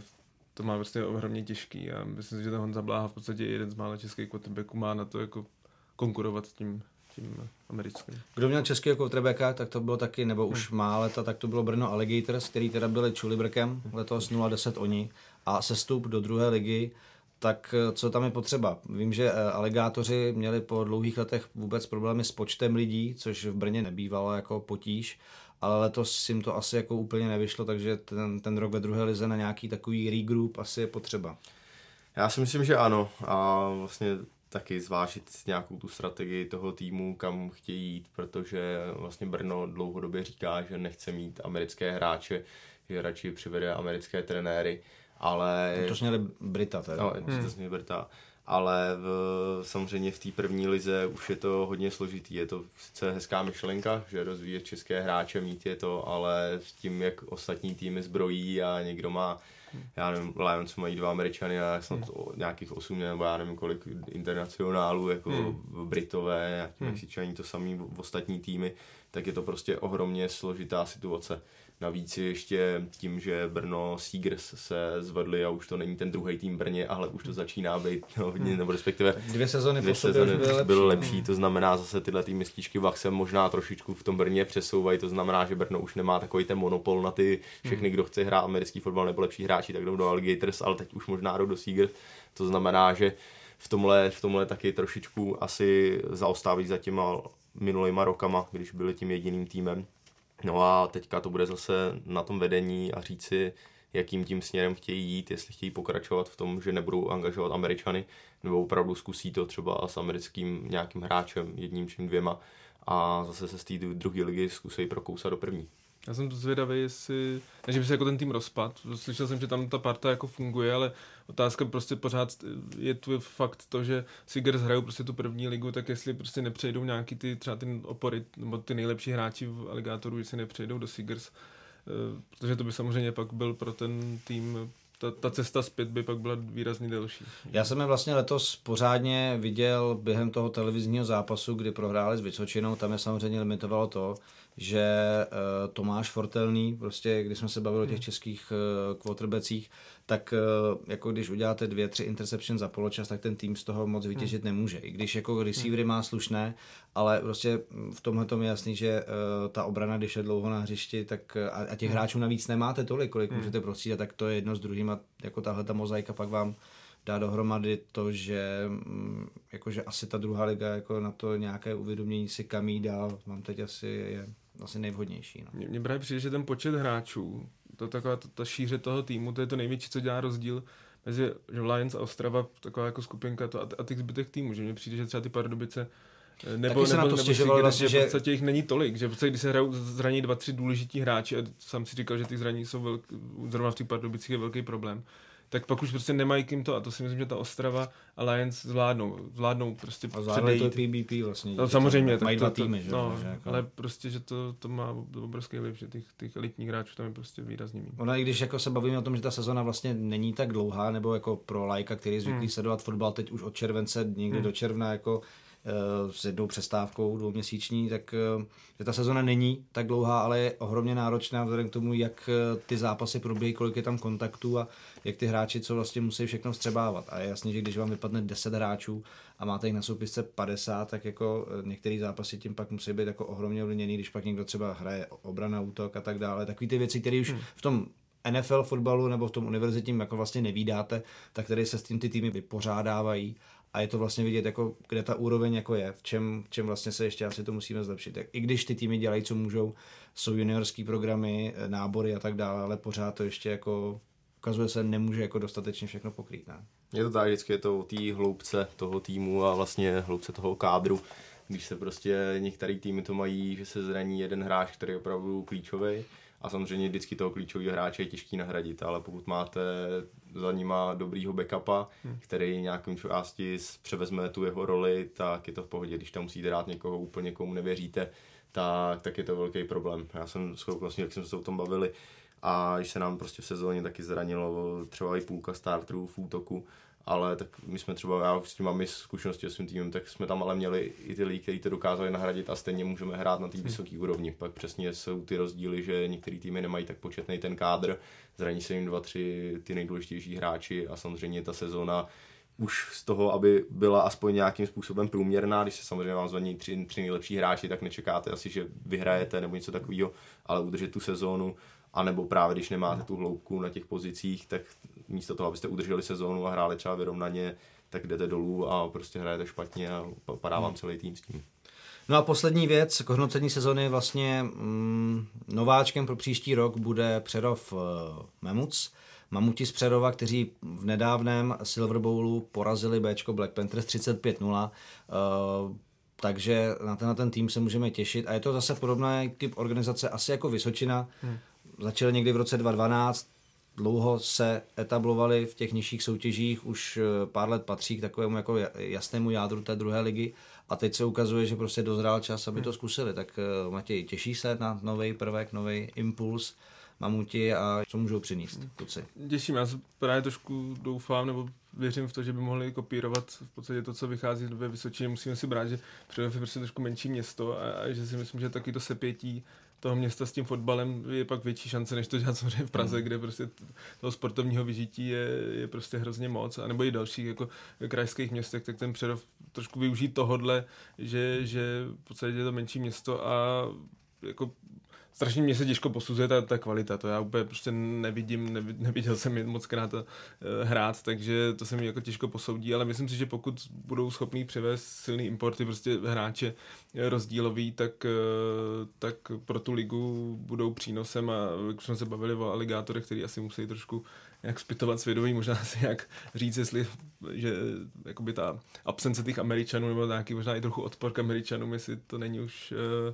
to má prostě ohromně těžký a myslím si, že ten Honza Bláha v podstatě jeden z mála českých quarterbacků má na to jako konkurovat s tím americkým. Kdo měl českého quarterbacka, tak to bylo taky, nebo už hmm. má leta, tak to bylo Brno Alligators, který teda byli Čulibrkem, letos nula deset oni a sestup do druhé ligy, tak co tam je potřeba? Vím, že Aligátoři měli po dlouhých letech vůbec problémy s počtem lidí, což v Brně nebývalo jako potíž, ale letos jim to asi jako úplně nevyšlo, takže ten, ten rok ve druhé lize na nějaký takový regroup asi je potřeba. Já si myslím, že ano a vlastně taky zvážit nějakou tu strategii toho týmu, kam chtějí jít, protože vlastně Brno dlouhodobě říká, že nechce mít americké hráče, že radši přivede americké trenéry, ale... To měli Brita teda. No, hmm. to měli Brita. Ale v, samozřejmě v té první lize už je to hodně složitý. Je to sice hezká myšlenka, že rozvíjet české hráče, mít je to, ale s tím, jak ostatní týmy zbrojí a někdo má, já nevím, Lions mají dva Američany a snad hmm. nějakých osm nebo já nevím kolik internacionálů, jako hmm. Britové, nějaký hmm. Mexičaní, to samý v ostatní týmy, tak je to prostě ohromně složitá situace. Navíc ještě tím, že Brno Seagers se zvedli a už to není ten druhý tým Brně, ale už to začíná být no, hodně, nebo respektive dvě sezony, dvě sezony byly lepší. Bylo lepší, to znamená zase tyhle tý mističky vach se možná trošičku v tom Brně přesouvají, to znamená, že Brno už nemá takový ten monopol na ty všechny, kdo chce hrát americký fotbal nebo lepší hráči, tak jdou do Alligators, ale teď už možná jdou do Seagers, to znamená, že v tomhle, v tomhle taky trošičku asi zaostávají za těma minulýma rokama, když byli tím jediným týmem. No a teďka to bude zase na tom vedení a říci, jakým tím směrem chtějí jít, jestli chtějí pokračovat v tom, že nebudou angažovat Američany, nebo opravdu zkusí to třeba s americkým nějakým hráčem, jedním čím dvěma a zase se z té druhé ligy zkusí prokousat do první. Já jsem zvědavý, jestli, ne, že by se jako ten tým rozpad. Slyšel jsem, že tam ta parta jako funguje, ale otázka prostě pořád je tu fakt to, že Seagers hrajou prostě tu první ligu, tak jestli prostě nepřejdou nějaký ty třeba ty opory, nebo ty nejlepší hráči v Alligátoru, jestli nepřejdou do Seagers, protože to by samozřejmě pak byl pro ten tým, ta, ta cesta zpět by pak byla výrazně delší. Já jsem je vlastně letos pořádně viděl během toho televizního zápasu, kdy prohráli s Vysočinou, tam je samozřejmě limitovalo to, že uh, Tomáš Fortelný, prostě když jsme se bavili hmm. o těch českých uh, quarterbackích, tak uh, jako když uděláte dvě, tři interception za poločas, tak ten tým z toho moc vytěžit hmm. nemůže. I když jako receivery má slušné, ale prostě v tomhle tom je jasný, že uh, ta obrana, když je dlouho na hřišti, tak a, a těch hmm. hráčů navíc nemáte tolik, kolik hmm. můžete prostřídat, tak to je jedno s druhým a jako tahle ta mozaika pak vám dá dohromady to, že jakože asi ta druhá liga jako na to nějaké uvědomění si kam jít dál, mám teď asi je asi nejvhodnější. No. Mně právě přijde, že ten počet hráčů, to taková ta, ta šíře toho týmu, to je to největší, co dělá rozdíl mezi že Lions a Ostrava, taková jako skupinka to, a, a těch zbytek týmu, že mně přijde, že třeba ty Pardubice nebo, nebo, nebo Seagers, vlastně, že v podstatě jich není tolik, že v podstatě, když se hrajou zraní dva, tři důležití hráči a sám si říkal, že ty zraní jsou velk, zrovna v těch Pardubicích je velký problém, tak pak už prostě nemají kým to a to si myslím, že ta Ostrava a Lions zvládnou, zvládnou prostě a zvládnou to P B P vlastně. No, samozřejmě. Mají dva týmy, že? No, že jako... ale prostě, že to, to má obrovský vliv, že těch, těch elitních hráčů tam je prostě výrazně méně. Ono, i když jako se bavíme o tom, že ta sezona vlastně není tak dlouhá, nebo jako pro lajka, který je zvyklý hmm. sledovat fotbal teď už od července někdy hmm. do června, jako s jednou přestávkou dvouměsíční, tak že ta sezona není tak dlouhá, ale je ohromně náročná vzhledem k tomu, jak ty zápasy probíhají, kolik je tam kontaktů a jak ty hráči, co vlastně musí všechno vstřebávat. A je jasný, že když vám vypadne deset hráčů a máte jich na soupisce padesát, tak jako některé zápasy tím pak musí být jako ohromně ovlivněný, když pak někdo třeba hraje obrana, útok a tak dále. Takový ty věci, které už hmm. v tom N F L fotbalu nebo v tom univerzitním jako vlastně nevídáte, tak tady se s tím ty týmy vypořádávají a je to vlastně vidět, jako, kde ta úroveň jako je, v čem, v čem vlastně se ještě asi to musíme zlepšit. Tak i když ty týmy dělají, co můžou, jsou juniorský programy, nábory a tak dále, ale pořád to ještě jako ukazuje se, nemůže jako dostatečně všechno pokrýt. Ne? Je to tak, vždycky je to o té hloubce toho týmu a vlastně hloubce toho kádru. Když se prostě některé týmy to mají, že se zraní jeden hráč, který je opravdu klíčový, a samozřejmě vždycky toho klíčového hráče je těžký nahradit, ale pokud máte za nima dobrýho backupa, hmm. který nějakým části převezme tu jeho roli, tak je to v pohodě. Když tam musíte dát někoho úplně, komu nevěříte, tak, tak je to velký problém. Já jsem vlastně, jak jsme se o tom bavili, a když se nám prostě v sezóně taky zranilo třeba i půlka starterů v útoku, ale tak my jsme třeba, já s tím mám i zkušenosti s svým týmem, tak jsme tam ale měli i ty lidi, kteří to dokázali nahradit a stejně můžeme hrát na té vysoké úrovni. Pak přesně jsou ty rozdíly, že některé týmy nemají tak početný ten kádr, zraní se jim dva, tři ty nejdůležitější hráči a samozřejmě ta sezóna už z toho, aby byla aspoň nějakým způsobem průměrná, když se samozřejmě vám zvaní tři, tři nejlepší hráči, tak nečekáte asi, že vyhrajete nebo něco takového, ale udržet tu sezónu. A nebo právě když nemáte tu hloubku na těch pozicích, tak místo toho, abyste udrželi sezónu a hráli třeba vyrovnaně, tak jdete dolů a prostě hrajete špatně a padá vám celý tým s tím. No a poslední věc k hodnocení sezony vlastně mm, nováčkem pro příští rok bude Přerov uh, Mammoths. Mamuti z Přerova, kteří v nedávném Silver Bowlu porazili Bčko Black Panthers třicet pět nula. Uh, takže na ten, na ten tým se můžeme těšit. A je to zase podobný typ organizace asi jako Vysočina. Hmm. Začali někdy v roce dva tisíce dvanáct, dlouho se etablovali v těch nižších soutěžích, už pár let patří k takovému jako jasnému jádru té druhé ligy a teď se ukazuje, že prostě dozrál čas, aby to zkusili. Tak Matěj, těší se na nový prvek, nový impuls Mamuti a co můžou přinést kluci? Těším, já se právě trošku doufám, nebo věřím v to, že by mohli kopírovat v podstatě to, co vychází ve Vysočině. Musíme si brát, že Přerov je prostě trošku menší město a, a že si myslím, že taky to sepětí toho města s tím fotbalem je pak větší šance, než to dělat samozřejmě v Praze, mm. kde prostě toho sportovního vyžití je, je prostě hrozně moc, a nebo i dalších jako krajských městech, tak ten Přerov trošku využít tohodle, že, že v podstatě je to menší město a jako strašně mě se těžko posuzuje ta, ta kvalita, to já úplně prostě nevidím, neviděl jsem je moc krát uh, hrát, takže to se mi jako těžko posoudí, ale myslím si, že pokud budou schopní přivést silný importy, prostě hráče rozdílový, tak, uh, tak pro tu ligu budou přínosem a jak jsme se bavili o aligátorech, který asi musí trošku jak zpytovat svědomí, možná si jak říct, jestli, že jakoby ta absence těch Američanů nebo nějaký možná i trochu odpor k Američanům, jestli to není už uh,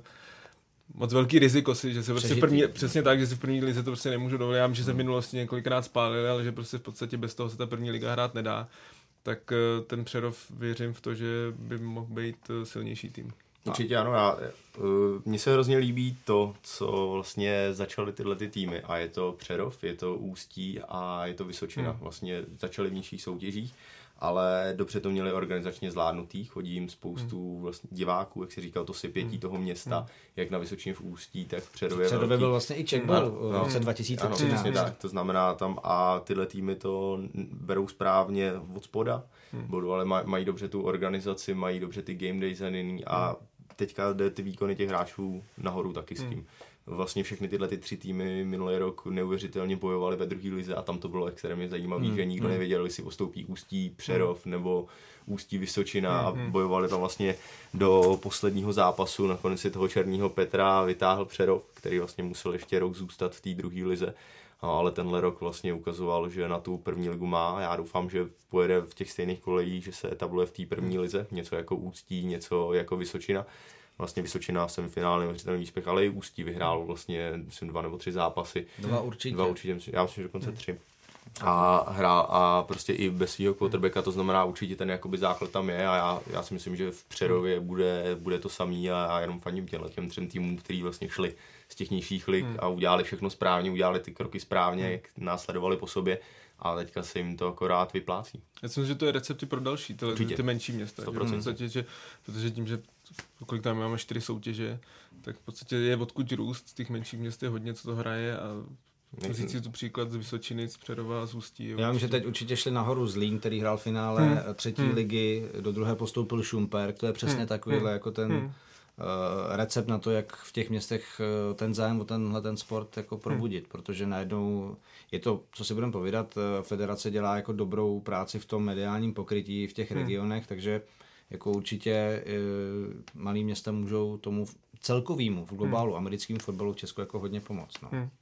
moc velký riziko si, že se prostě v první, přesně tak, že si v první lize to prostě nemůžu dovolit. Já vím, že se v minulosti několikrát spálili, ale že prostě v podstatě bez toho se ta první liga hrát nedá. Tak ten Přerov věřím v to, že by mohl být silnější tým. Určitě ano, já, mně se hrozně líbí to, co vlastně začaly tyhle ty týmy a je to Přerov, je to Ústí a je to Vysočina. Hmm. Vlastně začaly v nižších soutěžích, ale dobře to měli organizačně zvládnutý, chodí jim spoustu hmm. vlastně diváků, jak si říkal, to sypětí hmm. toho města, hmm. jak na Vysočině v Ústí, tak v Přerově. Přerově byl vlastně i Czech-Bowl v roce dva tisíce třináct. Ano, tak, to znamená tam a tyhle týmy to berou správně od spoda, hmm. bodu, ale maj, mají dobře tu organizaci, mají dobře ty game designy a hmm. teďka jde ty výkony těch hráčů nahoru taky s tím. Hmm. Vlastně všechny tyhle ty tři týmy minulý rok neuvěřitelně bojovali ve druhé lize a tam to bylo extrémně zajímavé, hmm. že nikdo nevěděl, jestli postoupí Ústí, Přerov hmm. nebo Ústí, Vysočina hmm. a bojovali tam vlastně do posledního zápasu. Nakonec si toho Černého Petra vytáhl Přerov, který vlastně musel ještě rok zůstat v té druhé lize. Ale tenhle rok vlastně ukazoval, že na tu první ligu má. Já doufám, že pojede v těch stejných kolejích, že se etabluje v té první lize. Něco jako Ústí, něco jako Vysočina. Vlastně Vysočina v semifinále neuvěřitelný výspěch, ale i Ústí vyhrál vlastně myslím, dva nebo tři zápasy. Dva určitě. Dva určitě, já myslím, že dokonce tři. A hrál a prostě i bez svého quarterbacka, to znamená určitě ten jakoby základ tam je a já, já si myslím, že v Přerově bude, bude to samý a já jenom faním těm, těm třem týmům, kteří vlastně šli z těch nižších lig hmm. a udělali všechno správně, udělali ty kroky správně, hmm. jak následovali po sobě a teďka se jim to akorát vyplácí. Já si myslím, že to je recepty pro další, ty, ty menší města. sto procent. Že v podstatě, že, protože tím, že kolik tam máme čtyři soutěže, tak v podstatě je odkud růst, z těch menších měst je hodně, co to hraje a vzít si tu příklad z Vysočiny, z Přerova, z Ústí. Já vím, že teď určitě šli nahoru Zlín, který hrál v finále hmm. třetí hmm. ligy, do druhé postoupil Šumperk, to je přesně hmm. takovýhle hmm. jako ten hmm. uh, recept na to, jak v těch městech uh, ten zájem o tenhle ten sport jako probudit, hmm. protože najednou je to, co si budeme povídat, federace dělá jako dobrou práci v tom mediálním pokrytí v těch hmm. regionech, takže jako určitě uh, malý města můžou tomu celkovýmu v globálu hmm. americkému fotbalu v Česku jako hodně pomoct. No. Hmm.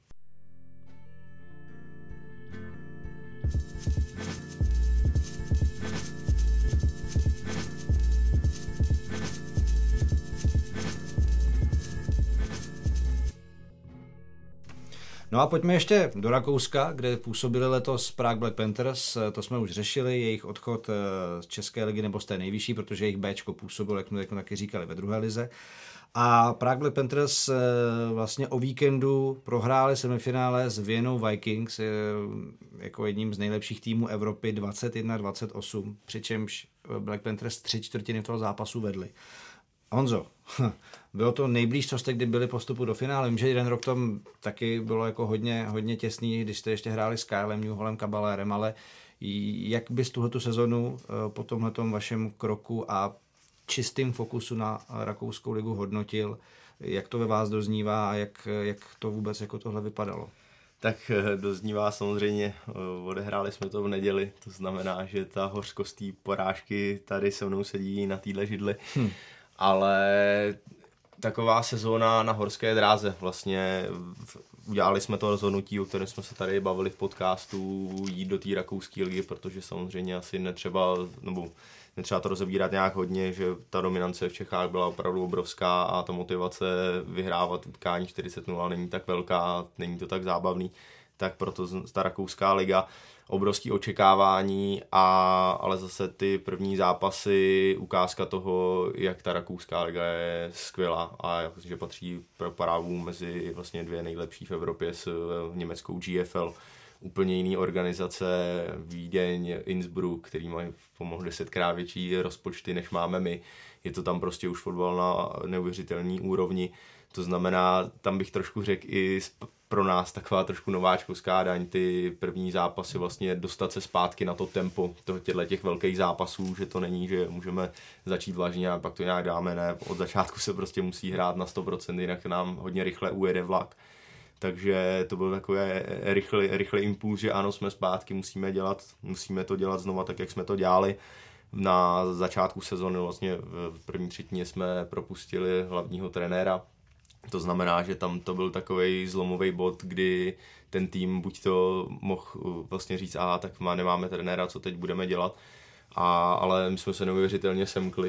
No a pojďme ještě do Rakouska, kde působili letos Prague Black Panthers, to jsme už řešili, jejich odchod z České ligy nebo z té nejvyšší, protože jejich Bčko působilo, jak jsme taky říkali, ve druhé lize. A Prague Black Panthers vlastně o víkendu prohráli semifinále s Vienou Vikings jako jedním z nejlepších týmů Evropy dvacet jedna dvacet osm, přičemž Black Panthers tři čtvrtiny toho zápasu vedli. Honzo, bylo to nejblíž, co jste kdy byli postupu do finále. Vím, že jeden rok tam taky bylo jako hodně, hodně těsný, když jste ještě hráli s Kylem Newholem Kabalérem, ale jak bys tuhletu sezonu po tomhletom vašem kroku a čistým fokusu na rakouskou ligu hodnotil, jak to ve vás doznívá a jak, jak to vůbec jako tohle vypadalo? Tak doznívá samozřejmě, odehráli jsme to v neděli, to znamená, že ta hořkost té porážky tady se mnou sedí na téhle židli. Hm. Ale taková sezóna na horské dráze, vlastně udělali jsme to rozhodnutí, o kterém jsme se tady bavili v podcastu, jít do té rakouské ligy, protože samozřejmě asi netřeba, nebo netřeba to rozebírat nějak hodně, že ta dominance v Čechách byla opravdu obrovská a ta motivace vyhrávat utkání čtyřicet nula není tak velká, není to tak zábavný, tak proto ta rakouská liga, obrovské očekávání, a, ale zase ty první zápasy, ukázka toho, jak ta rakouská liga je skvělá a že patří pro Prahu mezi vlastně dvě nejlepší v Evropě s německou G F L. Úplně jiný organizace, Vídeň, Innsbruck, který mají pomohl desetkrát větší rozpočty, než máme my. Je to tam prostě už fotbal na neuvěřitelné úrovni. To znamená, tam bych trošku řekl i pro nás taková trošku nováčkovská daň, ty první zápasy vlastně dostat se zpátky na to tempo těchto těch velkých zápasů, že to není, že můžeme začít vlažně a pak to nějak dáme, ne, od začátku se prostě musí hrát na sto procent, jinak nám hodně rychle ujede vlak. Takže to byl takový rychlý, rychlý impuls, že ano, jsme zpátky, musíme dělat, musíme to dělat znova tak, jak jsme to dělali. Na začátku sezony vlastně v první třetině jsme propustili hlavního trenéra. To znamená, že tam to byl takovej zlomový bod, kdy ten tým buď to mohl vlastně říct, aha, tak má, nemáme trenéra, co teď budeme dělat, a, ale my jsme se neuvěřitelně semkli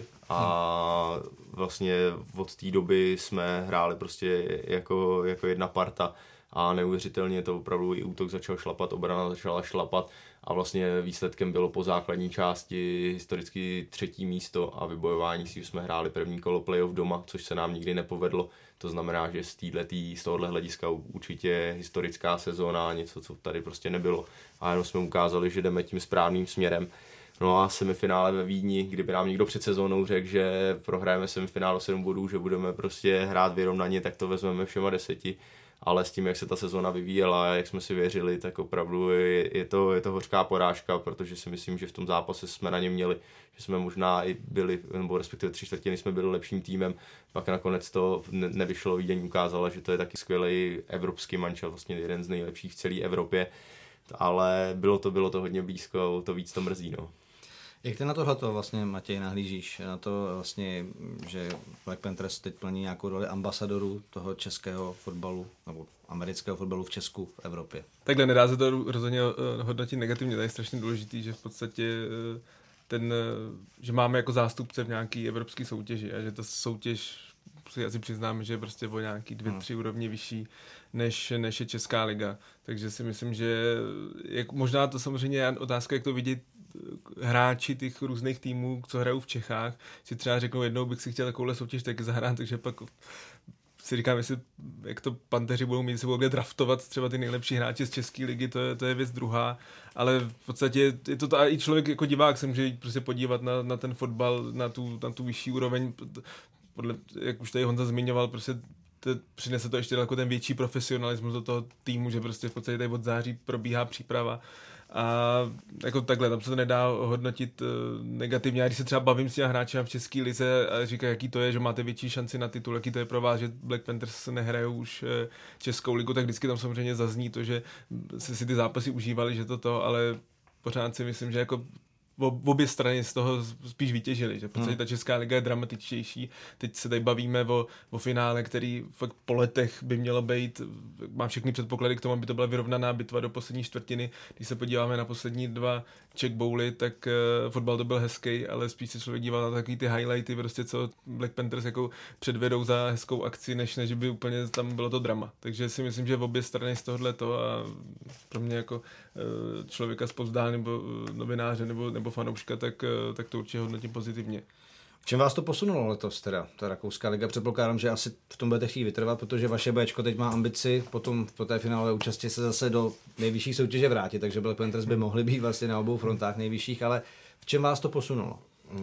a vlastně od té doby jsme hráli prostě jako, jako jedna parta a neuvěřitelně to opravdu i útok začal šlapat, obrana začala šlapat a vlastně výsledkem bylo po základní části historicky třetí místo a vybojování si, že jsme hráli první kolo playoff doma, což se nám nikdy nepovedlo. To znamená, že z téhletý, z tohohle hlediska určitě historická sezóna, něco, co tady prostě nebylo. A jenom jsme ukázali, že jdeme tím správným směrem. No a semifinále ve Vídni, kdyby nám někdo před sezónou řekl, že prohrajeme semifinále o sedm bodů, že budeme prostě hrát vyrovnaně, tak to vezmeme všema deseti. Ale s tím, jak se ta sezóna vyvíjela a jak jsme si věřili, tak opravdu je, je, to, je to hořká porážka, protože si myslím, že v tom zápase jsme na ně měli, že jsme možná i byli, nebo respektive tři čtvrtiny jsme byli lepším týmem, pak nakonec to ne, nevyšlo, Vídeň ukázala, že to je taky skvělý evropský mančel, vlastně jeden z nejlepších v celé Evropě, ale bylo to, bylo to hodně blízko, to víc to mrzí, no. Jak ty na tohleto vlastně, Matěj, nahlížíš? Na to vlastně, že Black Panthers teď plní nějakou roli ambasadorů toho českého fotbalu nebo amerického fotbalu v Česku, v Evropě? Takhle nedá se to rozhodně hodnotit negativně, to je strašně důležitý, že v podstatě ten, že máme jako zástupce v nějaký evropský soutěži a že ta soutěž si asi přiznáme, že je prostě o nějaký dvě, hmm. tři úrovně vyšší, než, než je Česká liga. Takže si myslím, že jak, možná to samozřejmě je otázka, jak to vidět hráči těch různých týmů, co hrajou v Čechách, si třeba řeknou, jednou bych si chtěl takovouhle soutěž taky zahrát, takže pak si říkám, jestli jak to Panteři budou mít, se budou kde draftovat třeba ty nejlepší hráči z české ligy, to je, to je věc druhá, ale v podstatě je to, a i člověk jako divák se může jít prostě podívat na, na ten fotbal, na tu, na tu vyšší úroveň, podle, jak už tady Honza zmiňoval, prostě to, přinese to ještě jako ten větší profesionalismus do toho týmu, že prostě v podstatě tady od září probíhá příprava. A jako takhle, tam se to nedá hodnotit uh, negativně. Já když se třeba bavím s těmi hráči v české lize a říkají, jaký to je, že máte větší šanci na titul, jaký to je pro vás, že Black Panthers nehrajou už uh, českou ligu, tak vždycky tam samozřejmě zazní to, že se si ty zápasy užívali, že to to, ale pořád si myslím, že jako v obě strany z toho spíš vytěžili, že v podstatě ta česká liga je dramatičtější. Teď se tady bavíme o, o finále, který fakt po letech by mělo být, mám všechny předpoklady k tomu, aby to byla vyrovnaná bitva do poslední čtvrtiny. Když se podíváme na poslední dva Czech Bowly, tak uh, fotbal to byl hezký, ale spíš se člověk díval na takový ty highlighty, prostě co Black Panthers jako předvedou za hezkou akci, než než by úplně tam bylo to drama. Takže si myslím, že v obě strany z tohohleto a pro mě jako uh, člověka zpovzdál nebo uh, novináře nebo, nebo fanouška, tak, tak to určitě hodnotím pozitivně. V čem vás to posunulo letos teda, ta rakouská liga? Předpokládám, že asi v tom budete chtít vytrvat, protože vaše Bčko teď má ambici potom po té finálové účasti se zase do nejvyšší soutěže vrátit, takže Black Panthers by mohli být vlastně na obou frontách nejvyšších, ale v čem vás to posunulo?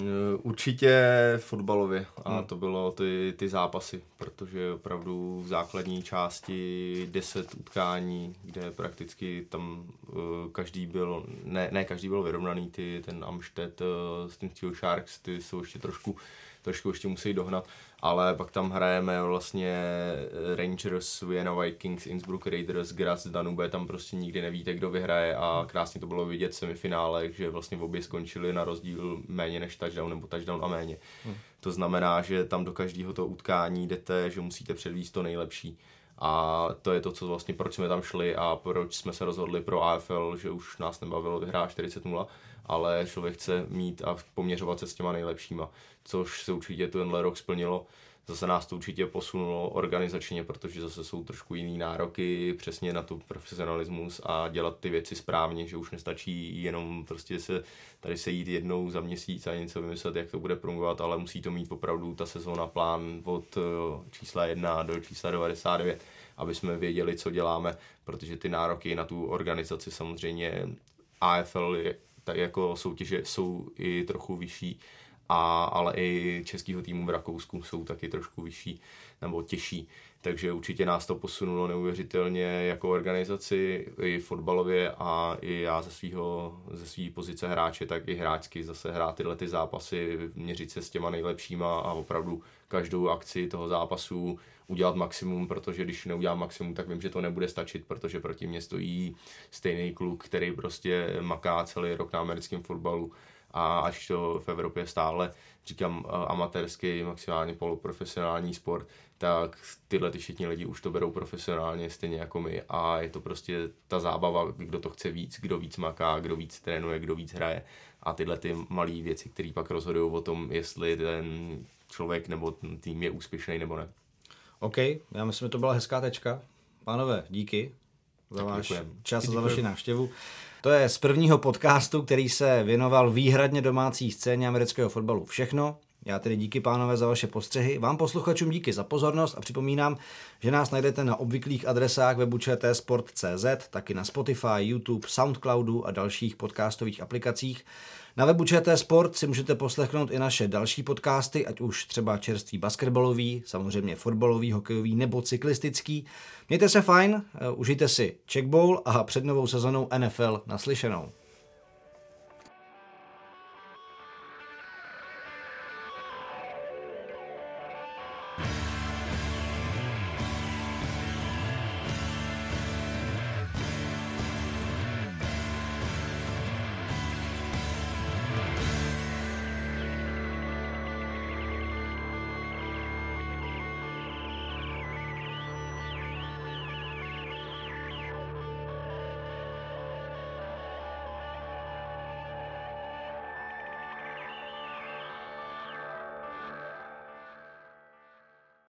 Určitě fotbalově a hmm. to bylo ty, ty zápasy, protože opravdu v základní části deset utkání, kde prakticky tam uh, každý byl, ne, ne každý byl vyrovnaný, ty, ten Amstedt uh, s tím Steel Sharks, ty jsou ještě trošku, trošku ještě musí dohnat, ale pak tam hrajeme vlastně Rangers, Vienna Vikings, Innsbruck Raiders, Graz, Danube, tam prostě nikdy nevíte, kdo vyhraje a krásně to bylo vidět v semifinálech, že vlastně v obě skončili na rozdíl méně než touchdown nebo touchdown a méně. Hmm. To znamená, že tam do každého toho utkání jdete, že musíte předvíst to nejlepší. A to je to, co vlastně, proč jsme tam šli a proč jsme se rozhodli pro A F L, že už nás nebavilo vyhrát čtyřicet nula, ale člověk chce mít a poměřovat se s těma nejlepšíma, což se určitě tenhle rok splnilo. Zase nás to určitě posunulo organizačně, protože zase jsou trošku jiný nároky přesně na tu profesionalismus a dělat ty věci správně, že už nestačí jenom prostě se tady sejít jednou za měsíc a něco vymyslet, jak to bude fungovat, ale musí to mít opravdu ta sezóna plán od čísla jedna do čísla devadesát devět, aby jsme věděli, co děláme, protože ty nároky na tu organizaci samozřejmě A F L je, tak jako soutěže jsou i trochu vyšší, a, ale i českého týmu v Rakousku jsou taky trošku vyšší nebo těžší. Takže určitě nás to posunulo neuvěřitelně jako organizaci i fotbalově a i já ze svýho, ze svý pozice hráče, tak i hráčsky zase hrát tyhle ty zápasy, měřit se s těma nejlepšíma a opravdu každou akci toho zápasu udělat maximum, protože když neudělám maximum, tak vím, že to nebude stačit, protože proti mě stojí stejný kluk, který prostě maká celý rok na americkém fotbalu a až to v Evropě stále, říkám, amatérský, maximálně poloprofesionální sport, tak tyhle ty všichni lidi už to berou profesionálně, stejně jako my a je to prostě ta zábava, kdo to chce víc, kdo víc maká, kdo víc trénuje, kdo víc hraje a tyhle ty malé věci, které pak rozhodují o tom, jestli ten člověk nebo ten tým je úspěšný nebo ne. OK, já myslím, že to byla hezká tečka. Pánové, díky za váš děkujem. čas a za vaši návštěvu. To je z prvního podcastu, který se věnoval výhradně domácí scéně amerického fotbalu všechno. Já tedy díky, pánové, za vaše postřehy. Vám posluchačům díky za pozornost a připomínám, že nás najdete na obvyklých adresách webu č t sport tečka c z, taky na Spotify, YouTube, Soundcloudu a dalších podcastových aplikacích. Na webu Č T Sport si můžete poslechnout i naše další podcasty, ať už třeba čerstvý basketbalový, samozřejmě fotbalový, hokejový nebo cyklistický. Mějte se fajn, užijte si Czech Bowl a před novou sezonou N F L naslyšenou.